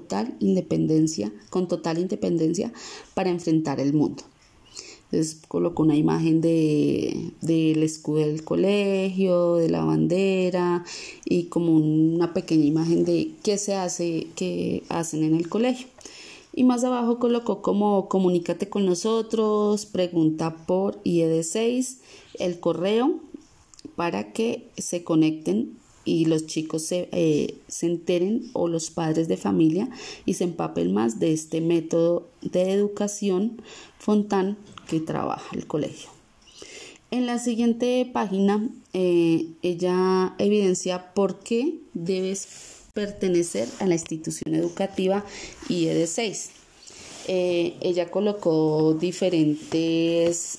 con total independencia para enfrentar el mundo. Entonces colocó una imagen del escudo del colegio, de la bandera y como una pequeña imagen de qué hacen en el colegio. Y más abajo colocó como: comunícate con nosotros, pregunta por IED 6, el correo para que se conecten y los chicos se enteren, o los padres de familia, y se empapen más de este método de educación Fontán que trabaja el colegio. En la siguiente página, ella evidencia por qué debes pertenecer a la institución educativa IED 6. Ella colocó diferentes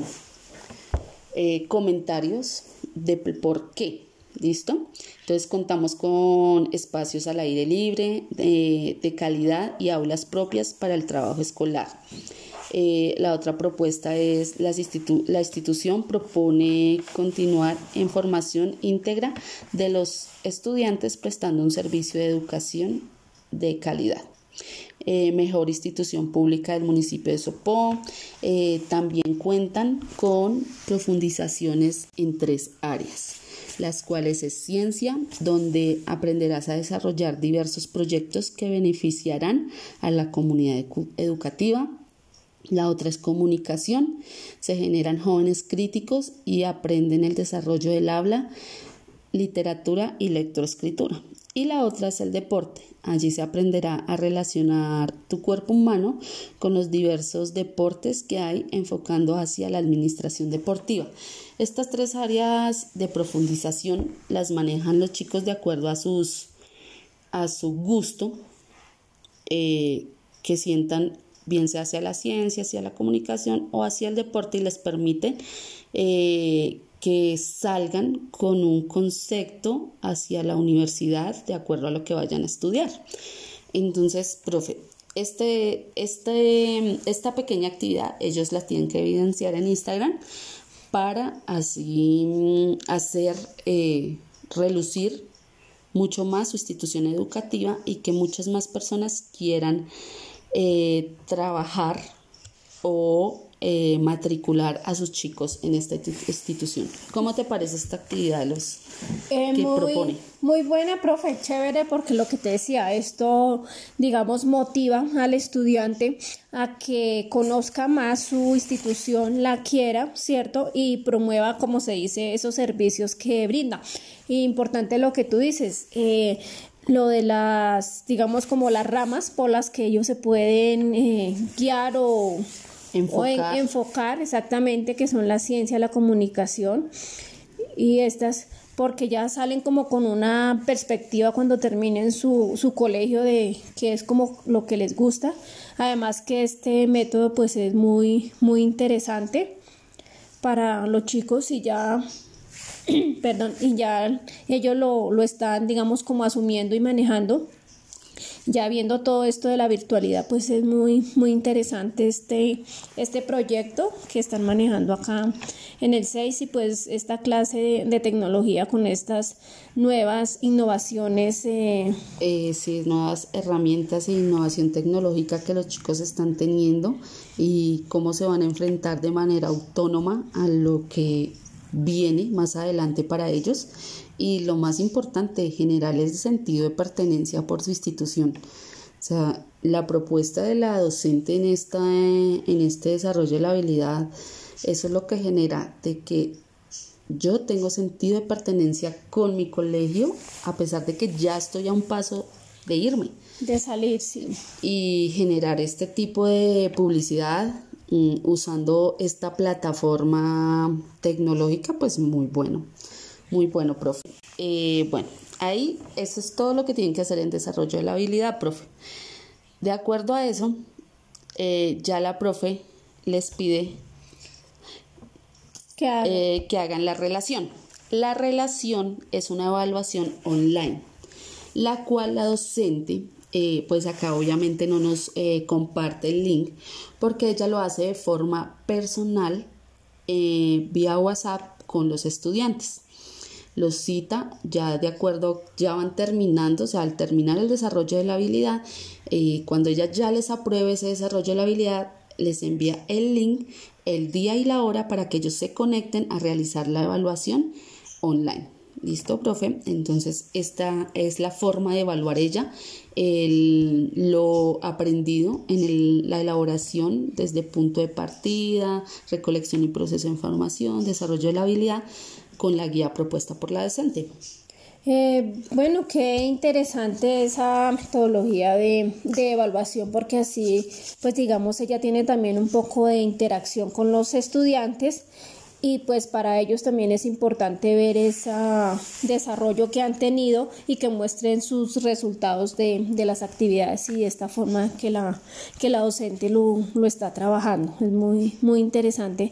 comentarios de por qué. ¿Listo? Entonces contamos con espacios al aire libre, de calidad y aulas propias para el trabajo escolar. La otra propuesta es: la institución propone continuar en formación íntegra de los estudiantes prestando un servicio de educación de calidad. Mejor institución pública del municipio de Sopó. También cuentan con profundizaciones en 3 áreas, las cuales es ciencia, donde aprenderás a desarrollar diversos proyectos que beneficiarán a la comunidad educativa. La otra es comunicación, se generan jóvenes críticos y aprenden el desarrollo del habla, literatura y lectoescritura. Y la otra es el deporte, allí se aprenderá a relacionar tu cuerpo humano con los diversos deportes que hay, enfocando hacia la administración deportiva. Estas 3 áreas de profundización las manejan los chicos de acuerdo a su gusto, que sientan bien sea hacia la ciencia, hacia la comunicación o hacia el deporte, y les permite que salgan con un concepto hacia la universidad de acuerdo a lo que vayan a estudiar. Entonces, profe, esta pequeña actividad ellos la tienen que evidenciar en Instagram para así hacer relucir mucho más su institución educativa y que muchas más personas quieran trabajar o matricular a sus chicos en esta institución. ¿Cómo te parece esta actividad que propone? Muy buena, profe, chévere, porque lo que te decía, esto, digamos, motiva al estudiante a que conozca más su institución, la quiera, ¿cierto? Y promueva, como se dice, esos servicios que brinda. Importante lo que tú dices, lo de las, digamos, como las ramas por las que ellos se pueden guiar o enfocar, exactamente, que son la ciencia, la comunicación, y estas, porque ya salen como con una perspectiva cuando terminen su colegio de que es como lo que les gusta. Además que este método pues es muy, muy interesante para los chicos y ya y ya ellos lo están, digamos, como asumiendo y manejando. Ya viendo todo esto de la virtualidad, pues es muy, muy interesante este proyecto que están manejando acá en el 6, y pues esta clase de tecnología con estas nuevas innovaciones. Sí, nuevas herramientas e innovación tecnológica que los chicos están teniendo y cómo se van a enfrentar de manera autónoma a lo que viene más adelante para ellos, y lo más importante, generar el sentido de pertenencia por su institución. O sea, la propuesta de la docente en este desarrollo de la habilidad, eso es lo que genera de que yo tengo sentido de pertenencia con mi colegio, a pesar de que ya estoy a un paso de irme. De salir, sí. Y generar este tipo de publicidad usando esta plataforma tecnológica, pues muy bueno, profe. Bueno, ahí eso es todo lo que tienen que hacer en desarrollo de la habilidad, profe. De acuerdo a eso, ya la profe les pide que hagan la relación. La relación es una evaluación online, la cual la docente, pues acá obviamente no nos comparte el link, porque ella lo hace de forma personal vía WhatsApp con los estudiantes. Los cita ya de acuerdo, ya van terminando, o sea, al terminar el desarrollo de la habilidad, cuando ella ya les apruebe ese desarrollo de la habilidad, les envía el link, el día y la hora para que ellos se conecten a realizar la evaluación online. ¿Listo, profe? Entonces, esta es la forma de evaluar ella lo aprendido en la elaboración desde punto de partida, recolección y proceso de información, desarrollo de la habilidad con la guía propuesta por la docente. Bueno, qué interesante esa metodología de evaluación, porque así, pues digamos, ella tiene también un poco de interacción con los estudiantes, y pues para ellos también es importante ver ese desarrollo que han tenido y que muestren sus resultados de las actividades, y de esta forma que la docente lo está trabajando. Es muy, muy interesante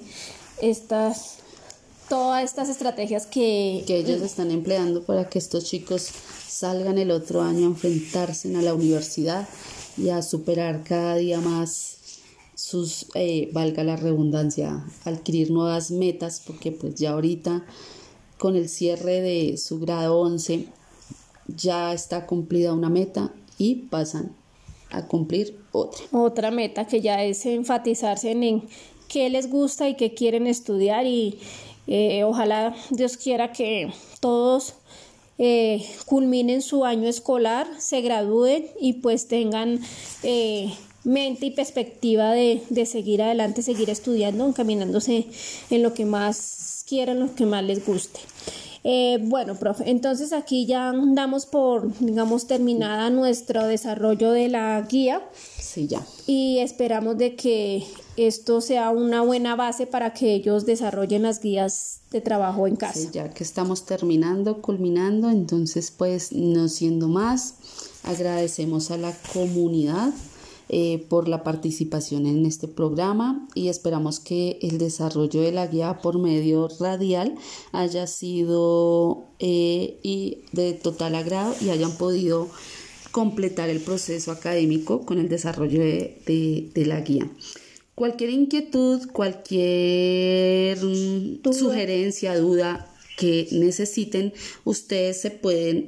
todas estas estrategias que ellos están empleando para que estos chicos salgan el otro año a enfrentarse a la universidad y a superar cada día más sus, valga la redundancia, adquirir nuevas metas, porque pues ya ahorita con el cierre de su grado 11 ya está cumplida una meta y pasan a cumplir otra meta, que ya es enfatizarse en qué les gusta y qué quieren estudiar, y ojalá Dios quiera que todos culminen su año escolar, se gradúen y pues tengan mente y perspectiva de seguir adelante, seguir estudiando, encaminándose en lo que más quieran, lo que más les guste. Bueno, profe, entonces aquí ya damos por, digamos, terminada nuestro desarrollo de la guía. Sí, ya. Y esperamos de que esto sea una buena base para que ellos desarrollen las guías de trabajo en casa. Sí, ya que estamos culminando, entonces pues no siendo más, agradecemos a la comunidad por la participación en este programa, y esperamos que el desarrollo de la guía por medio radial haya sido y de total agrado, y hayan podido completar el proceso académico con el desarrollo de la guía. Cualquier inquietud, cualquier sugerencia, duda que necesiten, ustedes se pueden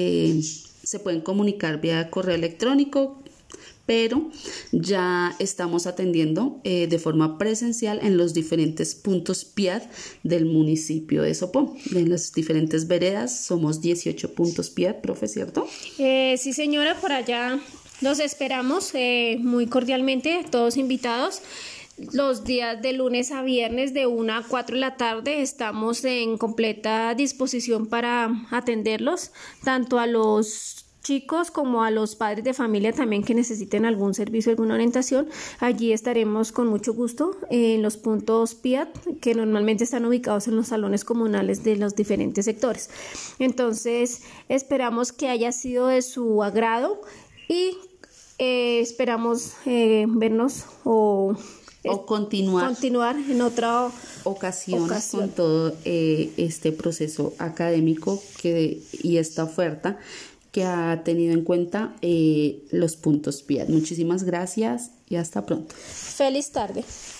comunicar vía correo electrónico, pero ya estamos atendiendo de forma presencial en los diferentes puntos PIAD del municipio de Sopó. En las diferentes veredas somos 18 puntos PIAD, profe, ¿cierto? Sí, señora, por allá los esperamos muy cordialmente, todos invitados. Los días de lunes a viernes de 1 a 4 de la tarde estamos en completa disposición para atenderlos, tanto a los chicos como a los padres de familia también que necesiten algún servicio, alguna orientación. Allí estaremos con mucho gusto en los puntos PIAD, que normalmente están ubicados en los salones comunales de los diferentes sectores. Entonces esperamos que haya sido de su agrado, y esperamos vernos o continuar en otra ocasión con todo este proceso académico y esta oferta que ha tenido en cuenta los puntos PIAD. Muchísimas gracias y hasta pronto. Feliz tarde.